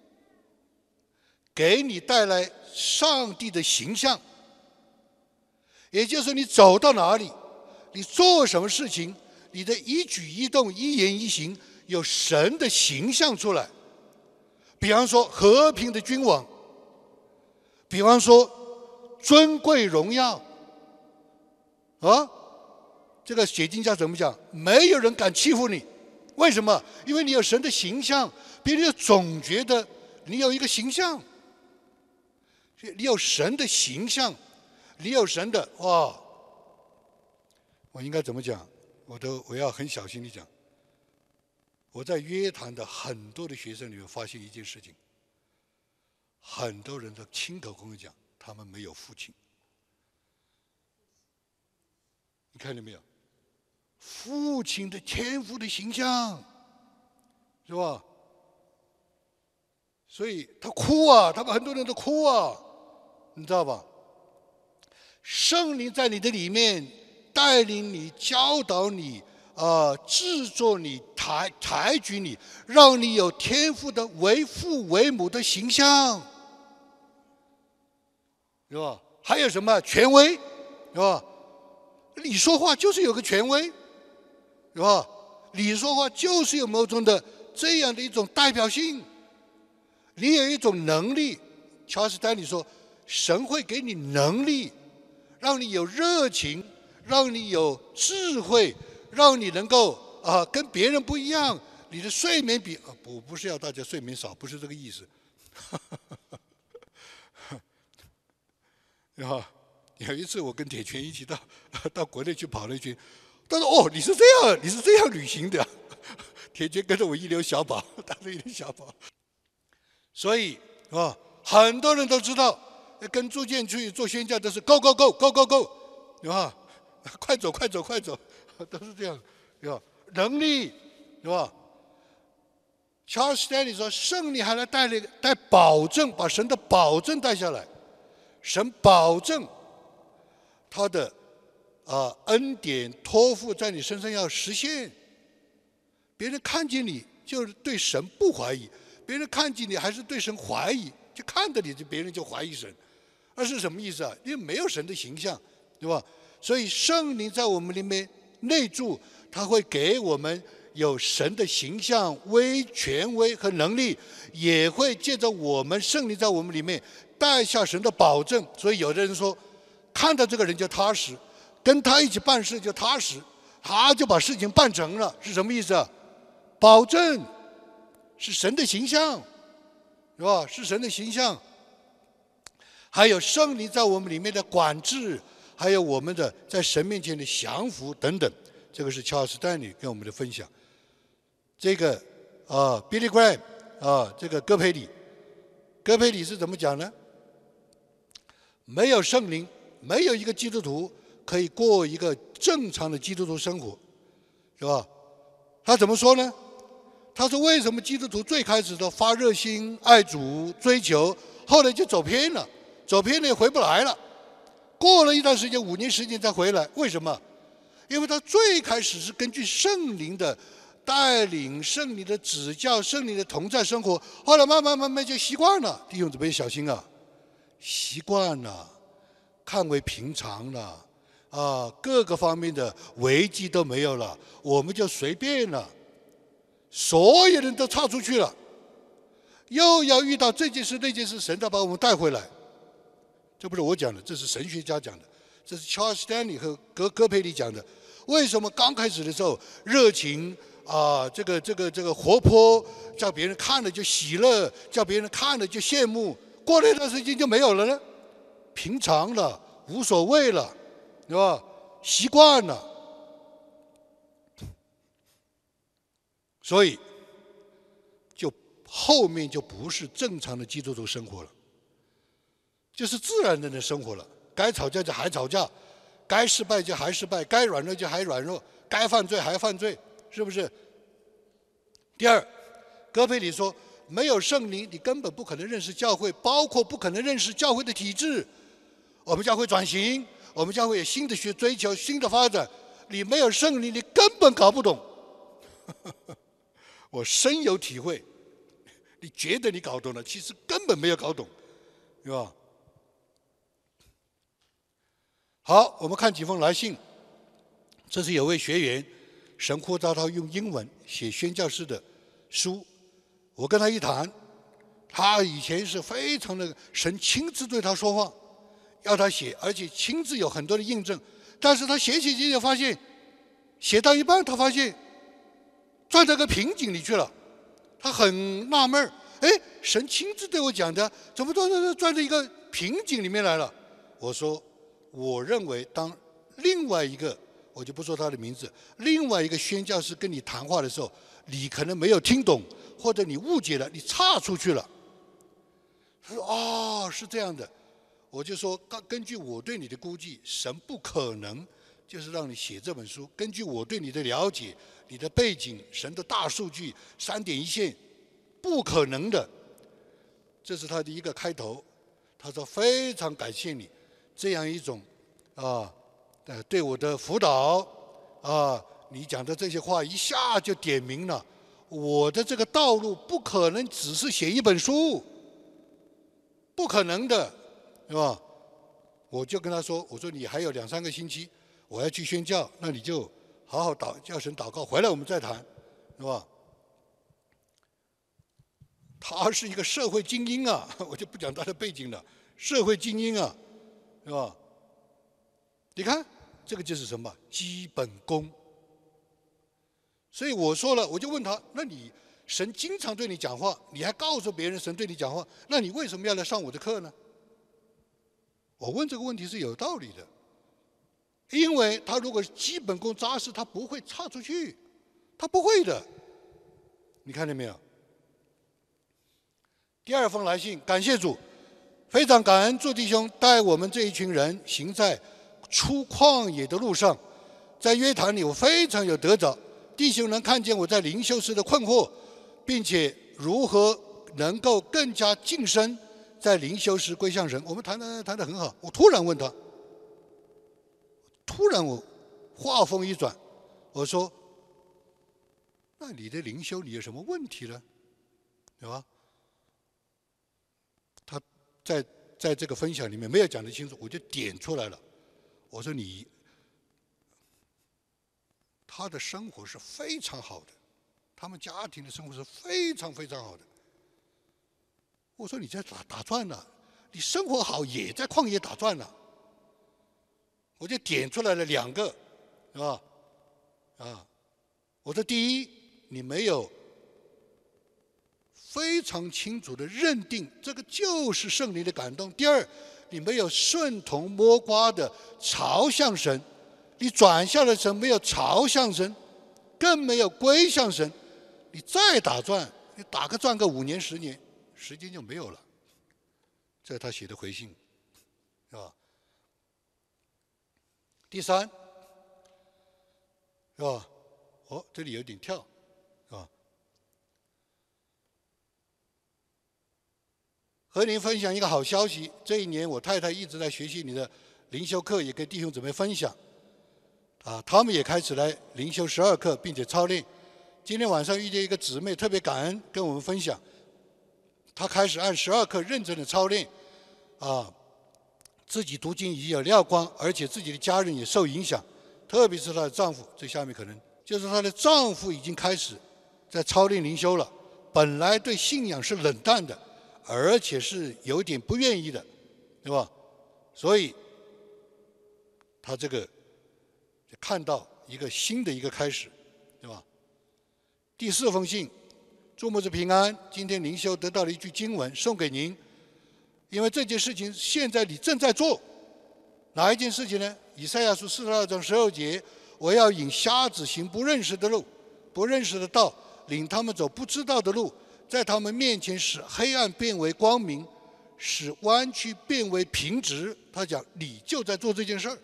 给你带来上帝的形象，也就是说你走到哪里，你做什么事情，你的一举一动、一言一行有神的形象出来。比方说和平的君王，比方说尊贵荣耀，啊。这个写经家怎么讲？没有人敢欺负你，为什么？因为你有神的形象，别人总觉得你有一个形象，你有神的形象，你有神的哇！我应该怎么讲？我都我要很小心地讲。我在约谈的很多的学生里面发现一件事情，很多人都亲口跟我讲，他们没有父亲。你看见没有？父亲的天赋的形象，是吧？所以他哭啊，他们很多人都哭啊，你知道吧？圣灵在你的里面带领你、教导你、啊、呃、制作你、抬抬举你，让你有天赋的为父为母的形象，是吧？还有什么权威，是吧？你说话就是有个权威。是吧？你说话就是有某种的这样的一种代表性，你有一种能力。乔斯丹尼说，神会给你能力，让你有热情，让你有智慧，让你能够啊、呃、跟别人不一样。你的睡眠比啊不不是要大家睡眠少，不是这个意思。然后有一次我跟铁拳一起到到国内去跑了一圈。他说：“哦，你是这样，你是这样旅行的。”铁拳跟着我一溜小跑，打着一溜小跑。所以啊， 很多人都知道，跟朱建去做宣教都是 go go go go go go， 对吧？快走快走快走，都是这样，对吧？能力，对吧？Charles Stanley 说，圣灵还来带来带保证，把神的保证带下来，神保证他的啊恩典托付在你身上要实现。别人看见你就是对神不怀疑，别人看见你还是对神怀疑，就看着你就别人就怀疑神，那是什么意思啊？因为没有神的形象，对吧？所以圣灵在我们里面内住，他会给我们有神的形象、威、权威和能力，也会借着我们圣灵在我们里面带下神的保证。所以有的人说，看到这个人就踏实，跟他一起办事就踏实，他就把事情办成了，是什么意思啊？保证是神的形象，是吧？是神的形象，还有圣灵在我们里面的管制，还有我们的在神面前的降服等等。这个是乔尔斯·丹尼跟我们的分享。这个啊 ，Billy Graham 啊，这个戈培里，戈培里是怎么讲呢？没有圣灵，没有一个基督徒可以过一个正常的基督徒生活，是吧？他怎么说呢？他说：“为什么基督徒最开始都发热心、爱主、追求，后来就走偏了，走偏了也回不来了。过了一段时间，五年、十年再回来，为什么？因为他最开始是根据圣灵的带领、圣灵的指教、圣灵的同在生活，后来慢慢慢慢就习惯了。弟兄姊妹小心啊，习惯了，看为平常了，啊，各个方面的危机都没有了，我们就随便了。”所有人都岔出去了，又要遇到这件事那件事，神再把我们带回来。这不是我讲的，这是神学家讲的，这是乔尔斯·丹尼和格戈培里讲的。为什么刚开始的时候热情啊，这个这个这个活泼，叫别人看了就喜乐，叫别人看了就羡慕，过了一段时间就没有了呢？平常了，无所谓了，对吧？习惯了。所以，就后面就不是正常的基督徒生活了，就是自然人的生活了。该吵架就还吵架，该失败就还失败，该软弱就还软弱，该犯罪还犯罪，是不是？第二，戈培里说，没有圣灵，你根本不可能认识教会，包括不可能认识教会的体制。我们教会转型，我们教会有新的学追求、新的发展，你没有圣灵，你根本搞不懂。我深有体会，你觉得你搞懂了，其实根本没有搞懂，是吧？好，我们看几封来信。这是有位学员，神呼召他用英文写宣教士的书。我跟他一谈，他以前是非常的神亲自对他说话，要他写，而且亲自有很多的印证。但是他写写写写发现，写到一半，他发现钻到个瓶颈里去了，他很纳闷儿，哎，神亲自对我讲的，怎么钻钻钻到一个瓶颈里面来了？我说，我认为当另外一个，我就不说他的名字，另外一个宣教师跟你谈话的时候，你可能没有听懂，或者你误解了，你岔出去了。他说，哦，是这样的。我就说，根据我对你的估计，神不可能就是让你写这本书。根据我对你的了解，你的背景，神的大数据，三点一线，不可能的。这是他的一个开头。他说非常感谢你这样一种啊，呃，对我的辅导啊，你讲的这些话一下就点明了我的这个道路不可能只是写一本书，不可能的，是吧？我就跟他说，我说你还有两三个星期，我要去宣教，那你就好好祷叫神祷告，回来我们再谈，是吧？他是一个社会精英啊，我就不讲他的背景了，社会精英啊，是吧？你看，这个就是什么？基本功。所以我说了，我就问他，那你神经常对你讲话，你还告诉别人神对你讲话，那你为什么要来上我的课呢？我问这个问题是有道理的，因为他如果基本功扎实，他不会岔出去，他不会的。你看见没有？第二封来信，感谢主， 非常感恩祝弟兄带我们这一群人行在出旷野的路上。在约谈里，我非常有得着，弟兄能看见我在灵修时的困惑，并且如何能够更加晋升在灵修时归向神。我们谈的谈得很好。我突然问他，突然我话锋一转，我说：“那你的灵修你有什么问题呢？对吧？”他在在这个分享里面没有讲得清楚，我就点出来了。我说你，他的生活是非常好的，他们家庭的生活是非常非常好的。我说你在打打转呢，你生活好也在旷野打转呢。我就点出来了两个，是吧？啊，我说第一，你没有非常清楚的认定这个就是圣灵的感动；第二，你没有顺藤摸瓜的朝向神，你转向了神，没有朝向神，更没有归向神，你再打转，你打个转个五年十年，时间就没有了。这是他写的回信，是吧？第三，是吧？哦，这里有点跳，是吧？和您分享一个好消息，这一年我太太一直在学习你的灵修课，也跟弟兄姊妹分享。啊，他们也开始来灵修十二课，并且操练。今天晚上遇见一个姊妹，特别感恩，跟我们分享，她开始按十二课认真的操练，啊，自己读经已经有亮光，而且自己的家人也受影响，特别是她的丈夫。这下面可能就是她的丈夫已经开始在操练灵修了，本来对信仰是冷淡的，而且是有点不愿意的，对吧？所以他这个就看到一个新的一个开始，对吧？第四封信，祝牧师平安。今天灵修得到了一句经文送给您，因为这件事情现在你正在做。哪一件事情呢？以赛亚书四十二章十二节，我要引瞎子行不认识的路，不认识的道，领他们走不知道的路，在他们面前使黑暗变为光明，使弯曲变为平直。他讲你就在做这件事儿，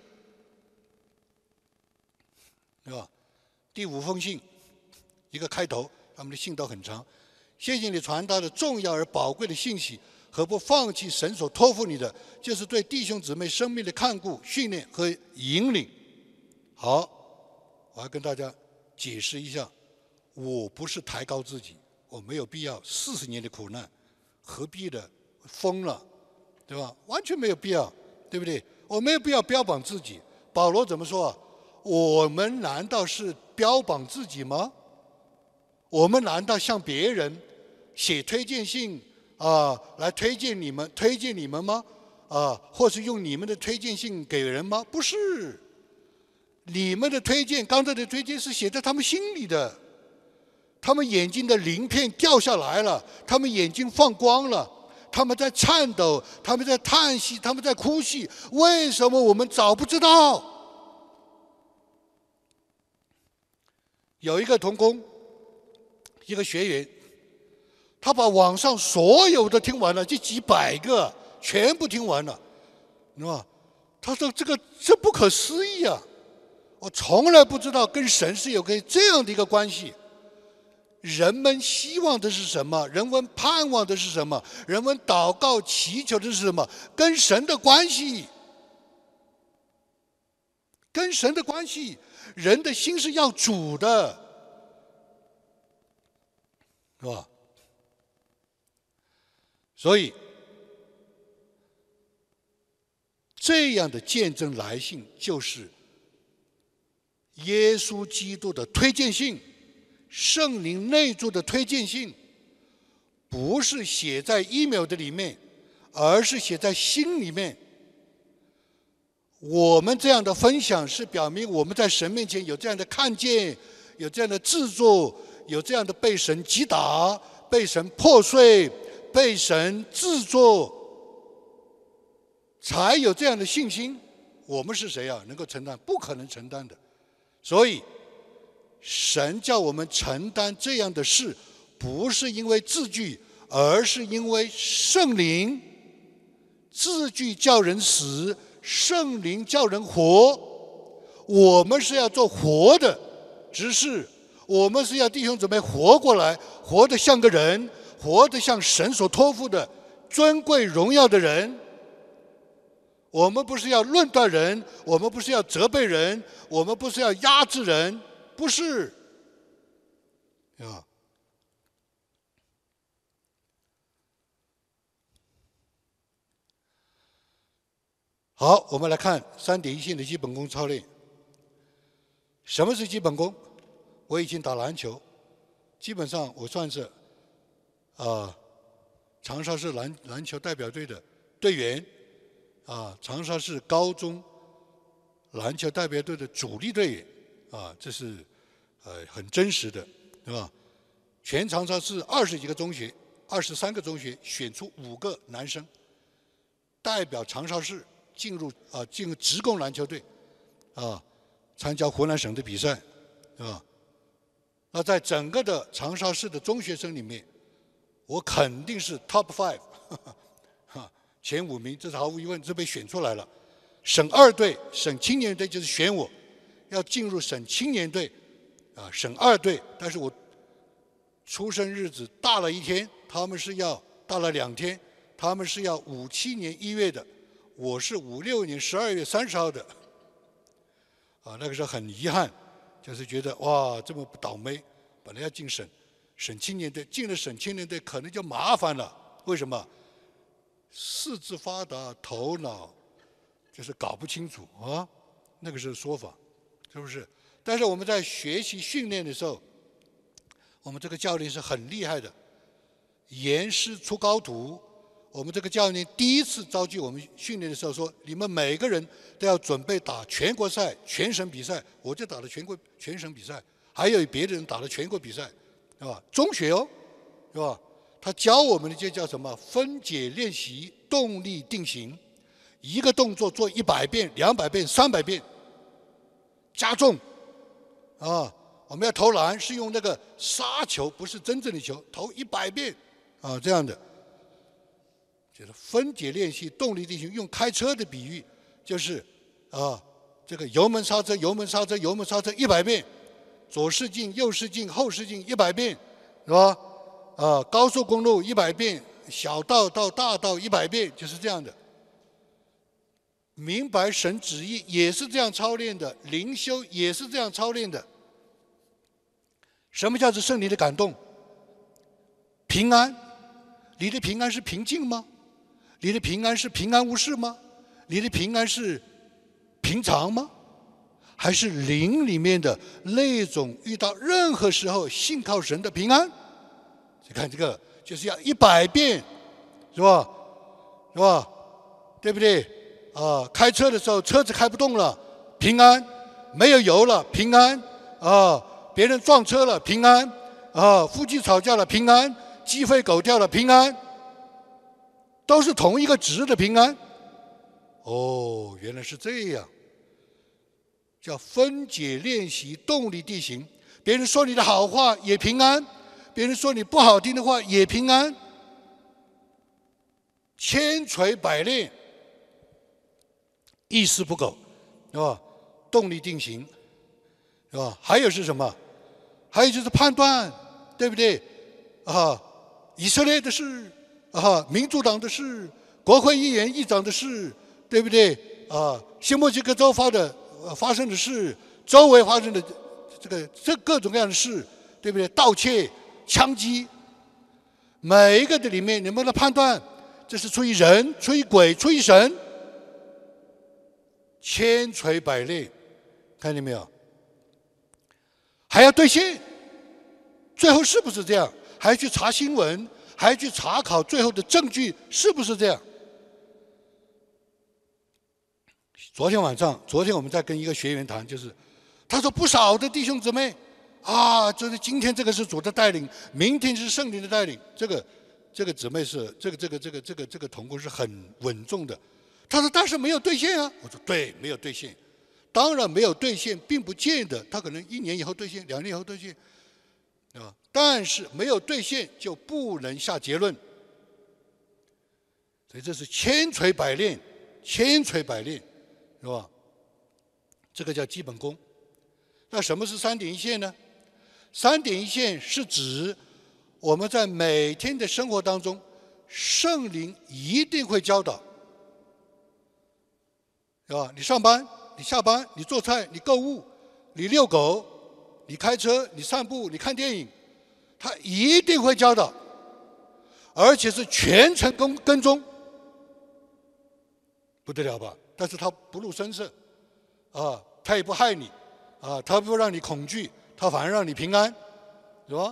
对吧？第五封信，一个开头，他们的信都很长。谢谢你传达的重要而宝贵的信息和不放弃神所托付你的，就是对弟兄姊妹生命的看顾、训练和引领。好，我要跟大家解释一下，我不是抬高自己，我没有必要四十年的苦难，何必的？疯了，对吧？完全没有必要，对不对？我没有必要标榜自己。保罗怎么说啊？我们难道是标榜自己吗？我们难道向别人写推荐信啊、呃，来推荐你们、推荐你们吗？啊、呃，或是用你们的推荐信给人吗？不是，你们的推荐，刚才的推荐是写在他们心里的。他们眼睛的鳞片掉下来了，他们眼睛放光了，他们在颤抖，他们在叹息，他们在哭泣。为什么我们早不知道？有一个同工，一个学员，他把网上所有的听完了，这几百个全部听完了，是吧？他说这个这不可思议啊！我从来不知道跟神是有个这样的一个关系。人们希望的是什么？人们盼望的是什么？人们祷告祈求的是什么？跟神的关系，跟神的关系，人的心是要主的，是吧？所以，这样的见证来信就是耶稣基督的推荐信。圣灵内住的推荐信，不是写在 email 的里面，而是写在心里面。我们这样的分享是表明我们在神面前有这样的看见，有这样的制作，有这样的被神击打、被神破碎、被神制作，才有这样的信心。我们是谁啊？能够承担？不可能承担的。所以神叫我们承担这样的事，不是因为字句，而是因为圣灵字句叫人死，圣灵叫人活。我们是要做活的执事，我们是要弟兄姊妹活过来，活得像个人，活得像神所托付的尊贵荣耀的人。我们不是要论断人，我们不是要责备人，我们不是要压制人，不是啊。好，我们来看三点一线的基本功操练。什么是基本功？我以前打篮球，基本上我算是啊、呃、长沙市篮篮球代表队的队员，啊，长沙市高中篮球代表队的主力队员，啊，这是呃很真实的，对吧？全长沙市二十几个中学，二十三个中学选出五个男生，代表长沙市进入啊进入职工篮球队，啊，参加湖南省的比赛，对吧？那在整个的长沙市的中学生里面，我肯定是 top five， 哈，前五名，这是毫无疑问，这被选出来了。省二队、省青年队就是选我，要进入省青年队，啊，省二队，但是我出生日子大了一天，他们是要大了两天，他们是要五七年一月的，我是五六年十二月三十号的，啊，那个时候很遗憾，就是觉得哇，这么倒霉，本来要进省省青年队，进了省青年队可能就麻烦了，为什么？四肢发达，头脑就是搞不清楚啊，那个是说法，是不是？但是我们在学习训练的时候，我们这个教练是很厉害的，严师出高徒。我们这个教练第一次召集我们训练的时候说，你们每个人都要准备打全国赛、全省比赛。我就打了全国、全省比赛，还有别的人打了全国比赛，是吧？中学哦，是吧？他教我们的就叫什么？分解练习，动力定型。一个动作做一百遍、两百遍、三百遍，加重啊！我们要投篮是用那个杀球，不是真正的球，投一百遍啊，这样的。就是分解练习，动力定型。用开车的比喻，就是啊，这个油门刹车、油门刹车、油门刹车一百遍，左视镜、右视镜、后视镜一百遍，是吧？啊，高速公路一百遍，小道到大道一百遍，就是这样的。明白神旨意也是这样操练的，灵修也是这样操练的。什么叫做圣灵的感动？平安，你的平安是平静吗？你的平安是平安无事吗？你的平安是平常吗？还是灵里面的那种遇到任何时候信靠神的平安？你看这个就是要一百遍，是吧？是吧？对不对？啊，开车的时候车子开不动了，平安；没有油了，平安；啊，别人撞车了，平安；啊，夫妻吵架了，平安；鸡飞狗跳了，平安。都是同一个值的平安。哦，原来是这样，叫分解练习，动力地形。别人说你的好话也平安，别人说你不好听的话也平安。千锤百炼，一丝不苟，是吧？动力定型，是吧？还有是什么？还有就是判断，对不对？啊，以色列的事。啊，民主党的事，国会议员、议长的事，对不对？啊，新墨西哥州发的、呃、发生的事，周围发生的这个这各种各样的事，对不对？盗窃、枪击，每一个的里面，你们的判断，这是出于人、出于鬼、出于神，千锤百炼，看见没有？还要兑现，最后是不是这样？还要去查新闻。还去查考最后的证据是不是这样？昨天晚上，昨天我们在跟一个学员谈，就是他说不少的弟兄姊妹啊，就是今天这个是主的带领，明天是圣灵的带领。这个这个姊妹是这个这个这个这个这个同工是很稳重的。他说但是没有兑现啊。我说对，没有兑现。当然没有兑现，并不见得他可能一年以后兑现，两年以后兑现。啊，但是没有兑现就不能下结论。 所以这是千锤百炼，千锤百炼，是吧？这个叫基本功。那什么是三点一线呢？三点一线是指我们在每天的生活当中，圣灵一定会教导，是吧？你上班，你下班，你做菜，你购物，你遛狗，你开车，你散步，你看电影，他一定会教导，而且是全程跟跟踪，不得了吧？但是他不露声色，啊，他也不害你，啊，他不让你恐惧，他反而让你平安，是吧？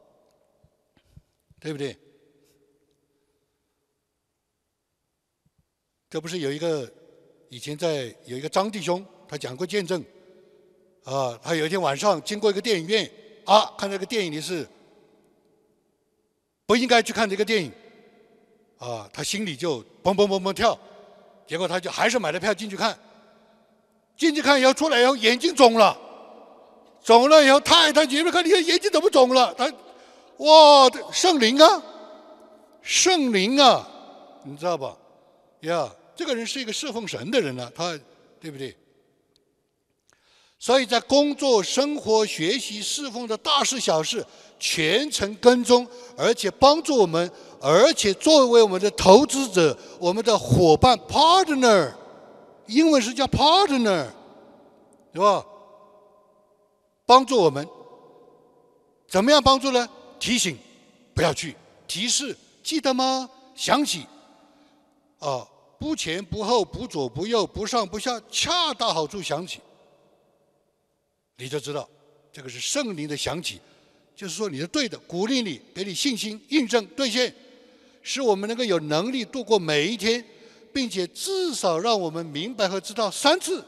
对不对？这不是有一个以前在有一个张弟兄，他讲过见证，啊，他有一天晚上经过一个电影院，啊，看这个电影里是不应该去看这个电影，啊，他心里就蹦蹦蹦蹦跳，结果他就还是买了票进去看，进去看以后出来以后眼睛肿了，肿了以后太太姐妹看你看眼睛怎么肿了？他哇，圣灵啊，圣灵啊，你知道吧？呀，这个人是一个侍奉神的人呢、啊，他对不对？所以在工作、生活、学习、侍奉的大事小事，全程跟踪，而且帮助我们，而且作为我们的投资者、我们的伙伴 partner， 英文是叫 partner， 是吧？帮助我们，怎么样帮助呢？提醒，不要去；提示，记得吗？想起，啊，不前不后，不左不右，不上不下，恰到好处想起。你就知道，这个是圣灵的想起，就是说你是对的，鼓励你，给你信心，印证兑现，使我们能够有能力度过每一天，并且至少让我们明白和知道三次。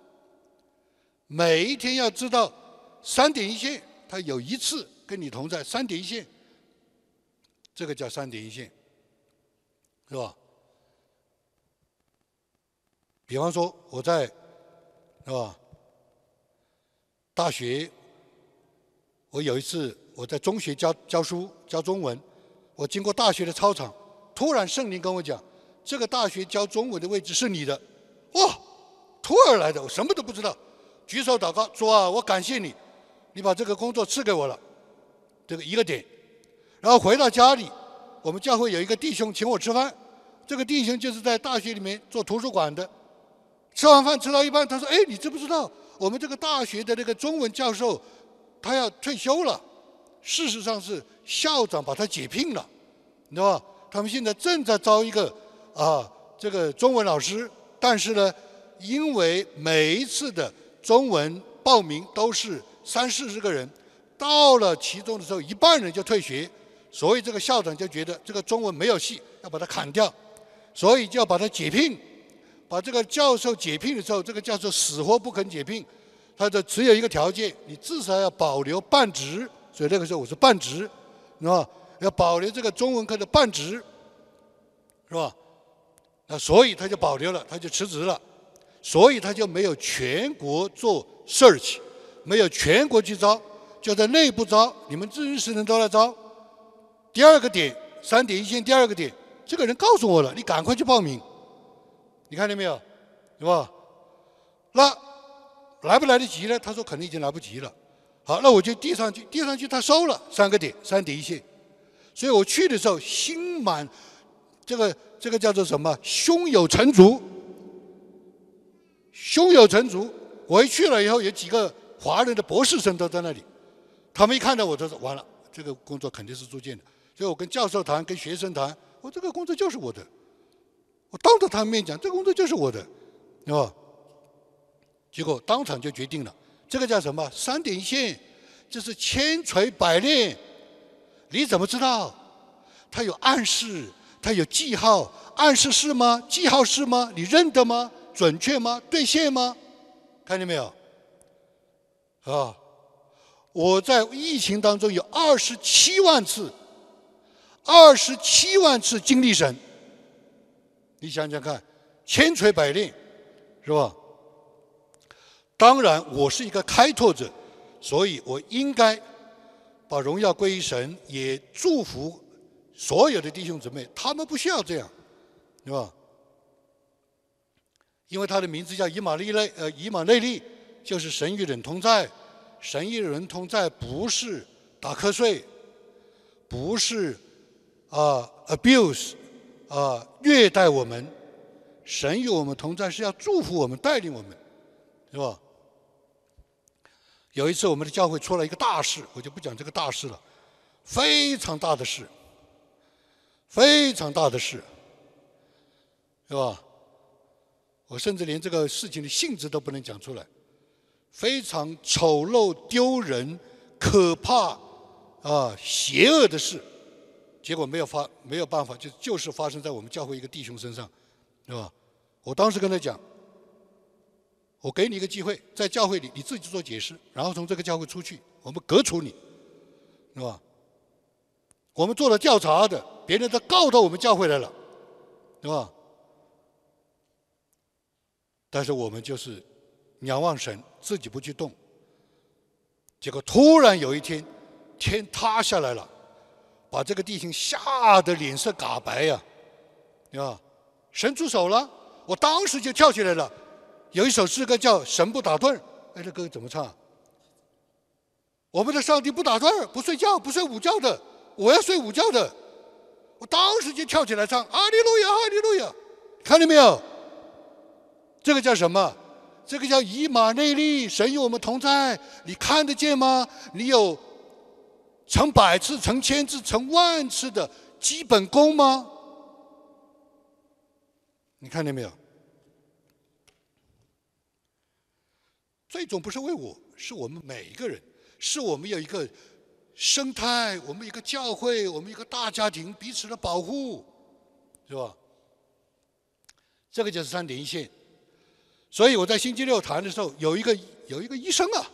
每一天要知道三点一线，它有一次跟你同在，三点一线，这个叫三点一线，是吧？比方说我在，是吧？大学，我有一次我在中学教教书教中文，我经过大学的操场，突然圣灵跟我讲，这个大学教中文的位置是你的，哇，突然来的，我什么都不知道，举手祷告，主啊，我感谢你，你把这个工作赐给我了，这个一个点。然后回到家里，我们教会有一个弟兄请我吃饭，这个弟兄就是在大学里面做图书馆的，吃完饭吃到一半，他说，哎，你知不知道我们这个大学的那个中文教授他要退休了，事实上是校长把他解聘了，你知道吧？他们现在正在招一个啊这个中文老师，但是呢，因为每一次的中文报名都是三四十个人，到了其中的时候一半人就退学，所以这个校长就觉得这个中文没有戏，要把它砍掉，所以就要把他解聘。把这个教授解聘的时候，这个教授死活不肯解聘，他的只有一个条件，你至少要保留半职，所以那个时候我是半职，是吧？要保留这个中文科的半职，是吧？那所以他就保留了，他就辞职了，所以他就没有全国做 search， 没有全国去招，就在内部招，你们认识人都来招。第二个点，三点一线，第二个点，这个人告诉我了，你赶快去报名。你看见没有，是吧？那来不来得及呢？他说可能已经来不及了。好，那我就递上去，递上去他收了三个点，三点一线。所以我去的时候心满，这个这个叫做什么？胸有成竹，胸有成竹。我一去了以后，有几个华人的博士生都在那里，他们一看到我，就说完了，这个工作肯定是朱建的。所以我跟教授谈，跟学生谈，我这个工作就是我的。我当着他们面讲，这个工作就是我的，是吧？结果当场就决定了，这个叫什么？三点一线，这是千锤百炼。你怎么知道？它有暗示，它有记号，暗示是吗？记号是吗？你认得吗？准确吗？兑现吗？看见没有？啊！我在疫情当中有二十七万次，二十七万次经历神。你想想看，千锤百炼，是吧？当然，我是一个开拓者，所以我应该把荣耀归于神，也祝福所有的弟兄姊妹，他们不需要这样，是对吧？因为他的名字叫以马内利，呃，以马内利就是神与人同在。神与人同在不是打瞌睡，不是啊、呃、abuse 啊、呃、虐待我们。神与我们同在是要祝福我们，带领我们，是吧？有一次我们的教会出了一个大事，我就不讲这个大事了，非常大的事，非常大的事，是吧？我甚至连这个事情的性质都不能讲出来，非常丑陋、丢人、可怕啊、邪恶的事，结果没有发没有办法，就就是发生在我们教会一个弟兄身上，是吧？我当时跟他讲，我给你一个机会，在教会里你自己做解释，然后从这个教会出去，我们革除你，是吧？我们做了调查的，别人都告到我们教会来了，是吧？但是我们就是仰望神，自己不去动。结果突然有一天，天塌下来了，把这个弟兄吓得脸色嘎白呀，对吧？神出手了，我当时就跳起来了。有一首诗歌叫《神不打盹》，哎，这歌怎么唱？我们的上帝不打盹，不睡觉，不睡午觉的，我要睡午觉的。我当时就跳起来唱哈利路亚，哈利路亚，看到没有？这个叫什么？这个叫以马内利，神与我们同在。你看得见吗？你有成百次、成千次、成万次的基本功吗？你看见没有？最终不是为我，是我们每一个人，是我们有一个生态，我们一个教会，我们一个大家庭，彼此的保护，是吧？这个就是三点一线。所以我在星期六谈的时候，有一个有一个医生啊，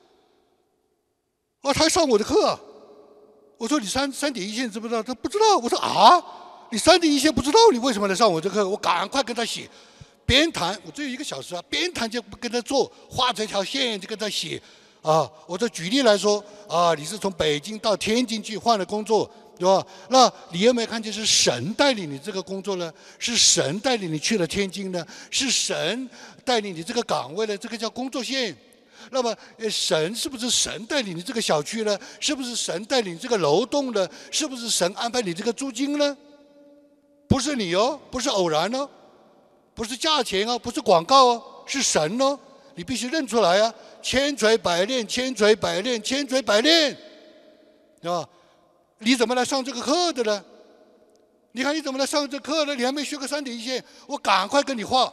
啊，他上我的课啊。我说你三三点一线知不知道？他不知道。我说啊，你三点一线不知道，你为什么来上我这课？我赶快跟他写，边谈，我只有一个小时啊，边谈就跟他做，画这条线就跟他写，啊，我就举例来说，啊，你是从北京到天津去换了工作，对吧？那你有没有看见是神带领你这个工作呢？是神带领你去了天津呢？是神带领你这个岗位呢？这个叫工作线。那么，神是不是神带领你这个小区呢？是不是神带领这个楼栋呢？是不是神安排你这个租金呢？不是你哦，不是偶然哦，不是价钱哦，不是广告哦，是神哦，你必须认出来啊！千锤百炼，千锤百炼，千锤百炼，对吧？你怎么来上这个课的呢？你看你怎么来上这课呢？你还没学个三点一线，我赶快跟你画。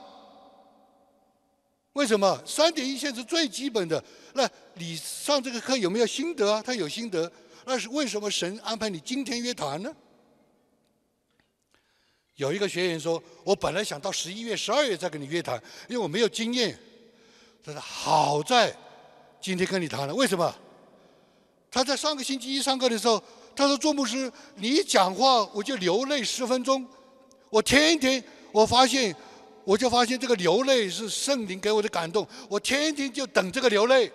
为什么？三点一线是最基本的。那你上这个课有没有心得啊？他有心得，那是为什么神安排你今天约谈呢？有一个学员说：“我本来想到十一月、十二月再跟你约谈，因为我没有经验。”他说：“好在今天跟你谈了，为什么？”他在上个星期一上课的时候，他说：“周牧师，你一讲话我就流泪十分钟。我天天我发现。”我就发现这个流泪是圣灵给我的感动，我天天就等这个流泪。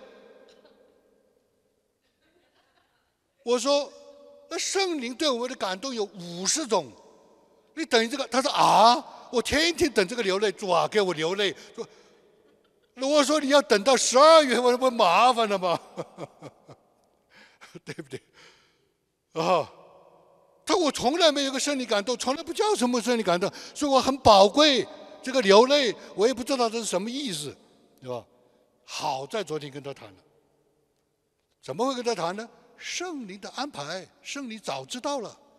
我说，那圣灵对我们的感动有五十种，你等于这个？他说啊，我天天等这个流泪，主啊，给我流泪。说，如果说你要等到十二月，我不麻烦了吗？对不对？啊，他我从来没有个圣灵感动，从来不叫什么圣灵感动，所以我很宝贵。这个流泪，我也不知道这是什么意思，对吧？好在昨天跟他谈了，怎么会跟他谈呢？圣灵的安排，圣灵早知道了，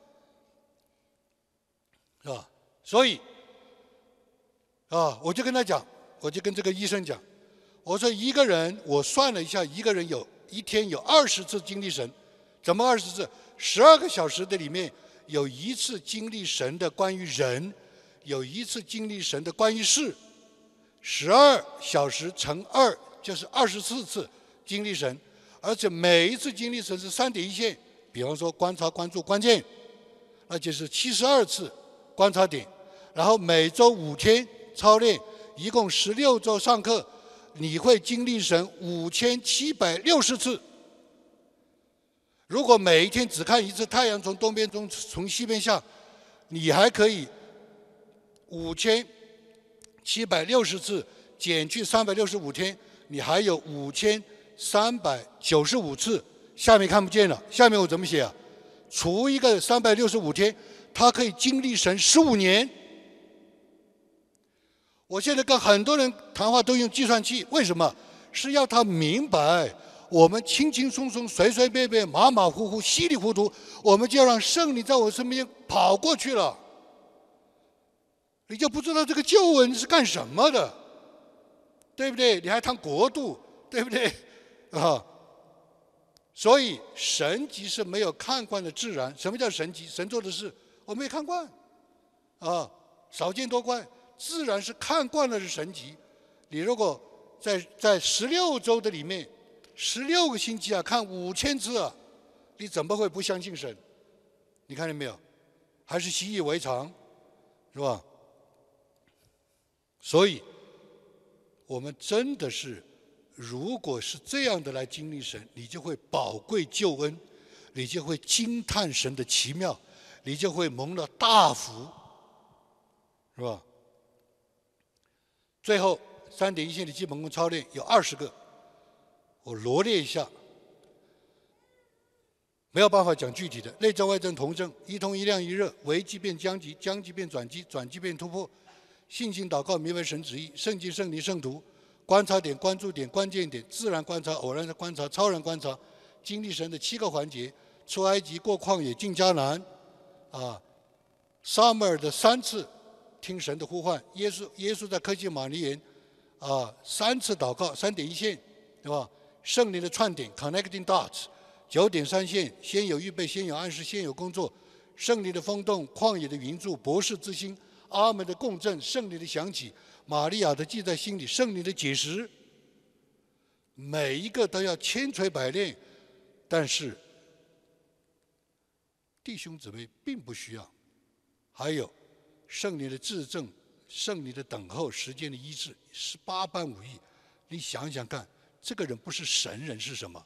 是吧？所以，啊，我就跟他讲，我就跟这个医生讲，我说一个人，我算了一下，一个人有一天有二十次经历神，怎么二十次？十二个小时的里面有一次经历神的关于人。有一次经历神的关于事，十二小时乘二就是二十四次经历神，而且每一次经历神是三点一线。比方说观察、关注、关键，那就是七十二次观察点。然后每周五天操练，一共十六周上课，你会经历神五千七百六十次。如果每一天只看一次太阳从东边从从西边下，你还可以。 五千七百六十次减去三百六十五天，你还有五千三百九十五次。下面看不见了，下面我怎么写啊？除一个三百六十五天，他可以经历神十五年。我现在跟很多人谈话都用计算器，为什么？是要他明白，我们轻轻松松、随随便便、马马虎虎、稀里糊涂，我们就要让圣灵在我身边跑过去了，你就不知道这个救恩是干什么的，对不对？你还谈国度，对不对？啊，所以神迹是没有看惯的自然。什么叫神迹？神做的事我没看惯，啊，少见多怪。自然是看惯了的神迹。你如果在在十六周的里面，十六个星期啊，看五千次啊，你怎么会不相信神？你看见没有？还是习以为常，是吧？所以，我们真的是，如果是这样的来经历神，你就会宝贵救恩，你就会惊叹神的奇妙，你就会蒙了大福，是吧？最后三点一线的基本功操练有二十个，我罗列一下，没有办法讲具体的。内证外证同证，一通一亮一热，为机变将机，将机变转机，转机变突破，信心祷告明白神旨意，圣经圣灵圣徒，观察点关注点关键点，自然观察偶然的观察超然观察，经历神的七个环节，出埃及过旷野进迦南，啊，撒母耳的三次听神的呼唤，耶稣耶稣在科西玛尼园啊三次祷告，三点一线，对吧？圣灵的串点 connecting dots， 九点三线，先有预备，先有暗示，先有工作。圣灵的风动，旷野的云柱，博士之心，阿门的共振，圣灵的响起，玛利亚的记在心里，圣灵的解释，每一个都要千锤百炼，但是弟兄姊妹并不需要。还有圣灵的质证，圣灵的等候，时间的医治，十八般武艺。你想想看，这个人不是神人是什么？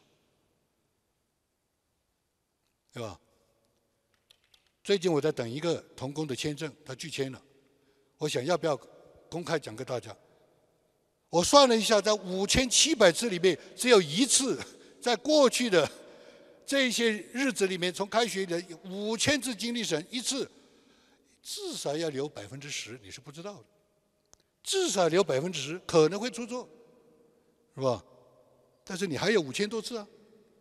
对吧？最近我在等一个同工的签证，他拒签了。我想要不要公开讲给大家？我算了一下，在五千七百次里面，只有一次，在过去的这些日子里面，从开学以来五千次经历神一次。至少要留百分之十，你是不知道的。至少留百分之十，可能会出错，是吧？但是你还有五千多次啊。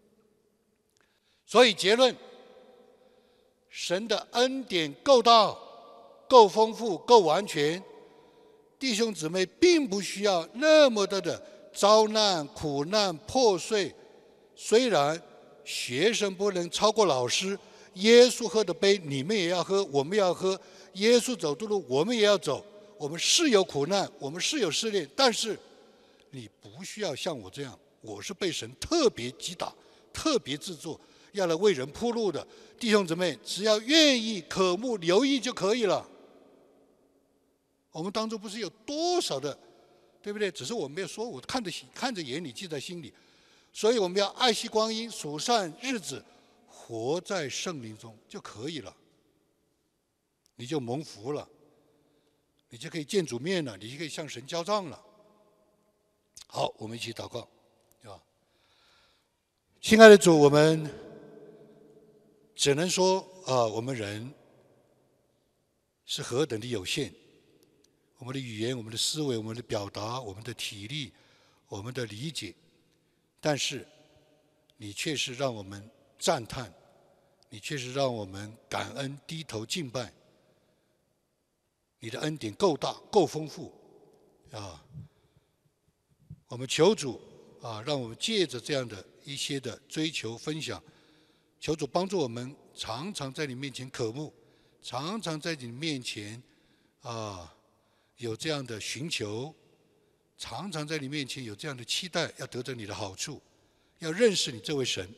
所以结论：神的恩典够大、够丰富、够完全，弟兄姊妹并不需要那么多的遭难、苦难、破碎。虽然学生不能超过老师。耶稣喝的杯，你们也要喝，我们也要喝；耶稣走的路，我们也要走。我们是有苦难，我们是有试炼，但是你不需要像我这样，我是被神特别击打、特别制作，要来为人铺路的。弟兄姊妹，只要愿意、渴慕、留意就可以了。我们当中不是有多少的，对不对？只是我没有说，我看着看着眼里，记在心里。所以我们要爱惜光阴，数算日子。活在圣灵中就可以了，你就蒙福了，你就可以见主面了，你就可以向神交账了。好，我们一起祷告，对吧？亲爱的主，我们只能说啊，我们人是何等的有限，我们的语言、我们的思维、我们的表达、我们的体力、我们的理解，但是你却是让我们赞叹，你却是让我们感恩、低头敬拜。你的恩典够大、够丰富，啊！我们求主啊，让我们借着这样的一些的追求、分享，求主帮助我们，常常在你面前渴慕，常常在你面前啊有这样的寻求，常常在你面前有这样的期待，要得着你的好处，要认识你这位神。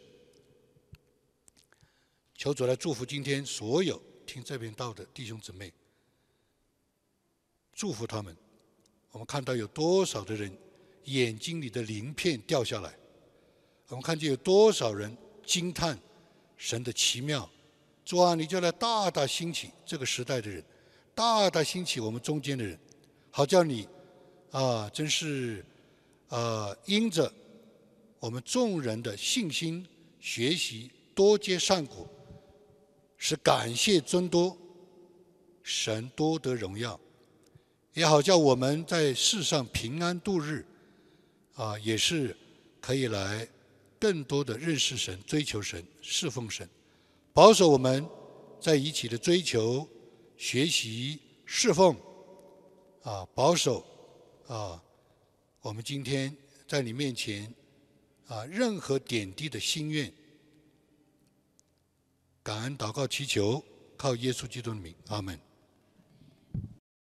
求主来祝福今天所有听这篇道的弟兄姊妹，祝福他们。我们看到有多少的人眼睛里的鳞片掉下来，我们看见有多少人惊叹神的奇妙。主啊，你就来大大兴起这个时代的人， 大大兴起我们中间的人，好叫你啊，真是啊，因着我们众人的信心学习，多结善果，使感谢增多，神多得荣耀，也好叫我们在世上平安度日啊，也是可以来更多的认识神、追求神、侍奉神，保守我们在一起的追求、学习、侍奉啊，保守啊，我们今天在你面前啊，任何点滴的心愿，感恩祷告祈求，靠耶稣基督的名，阿们。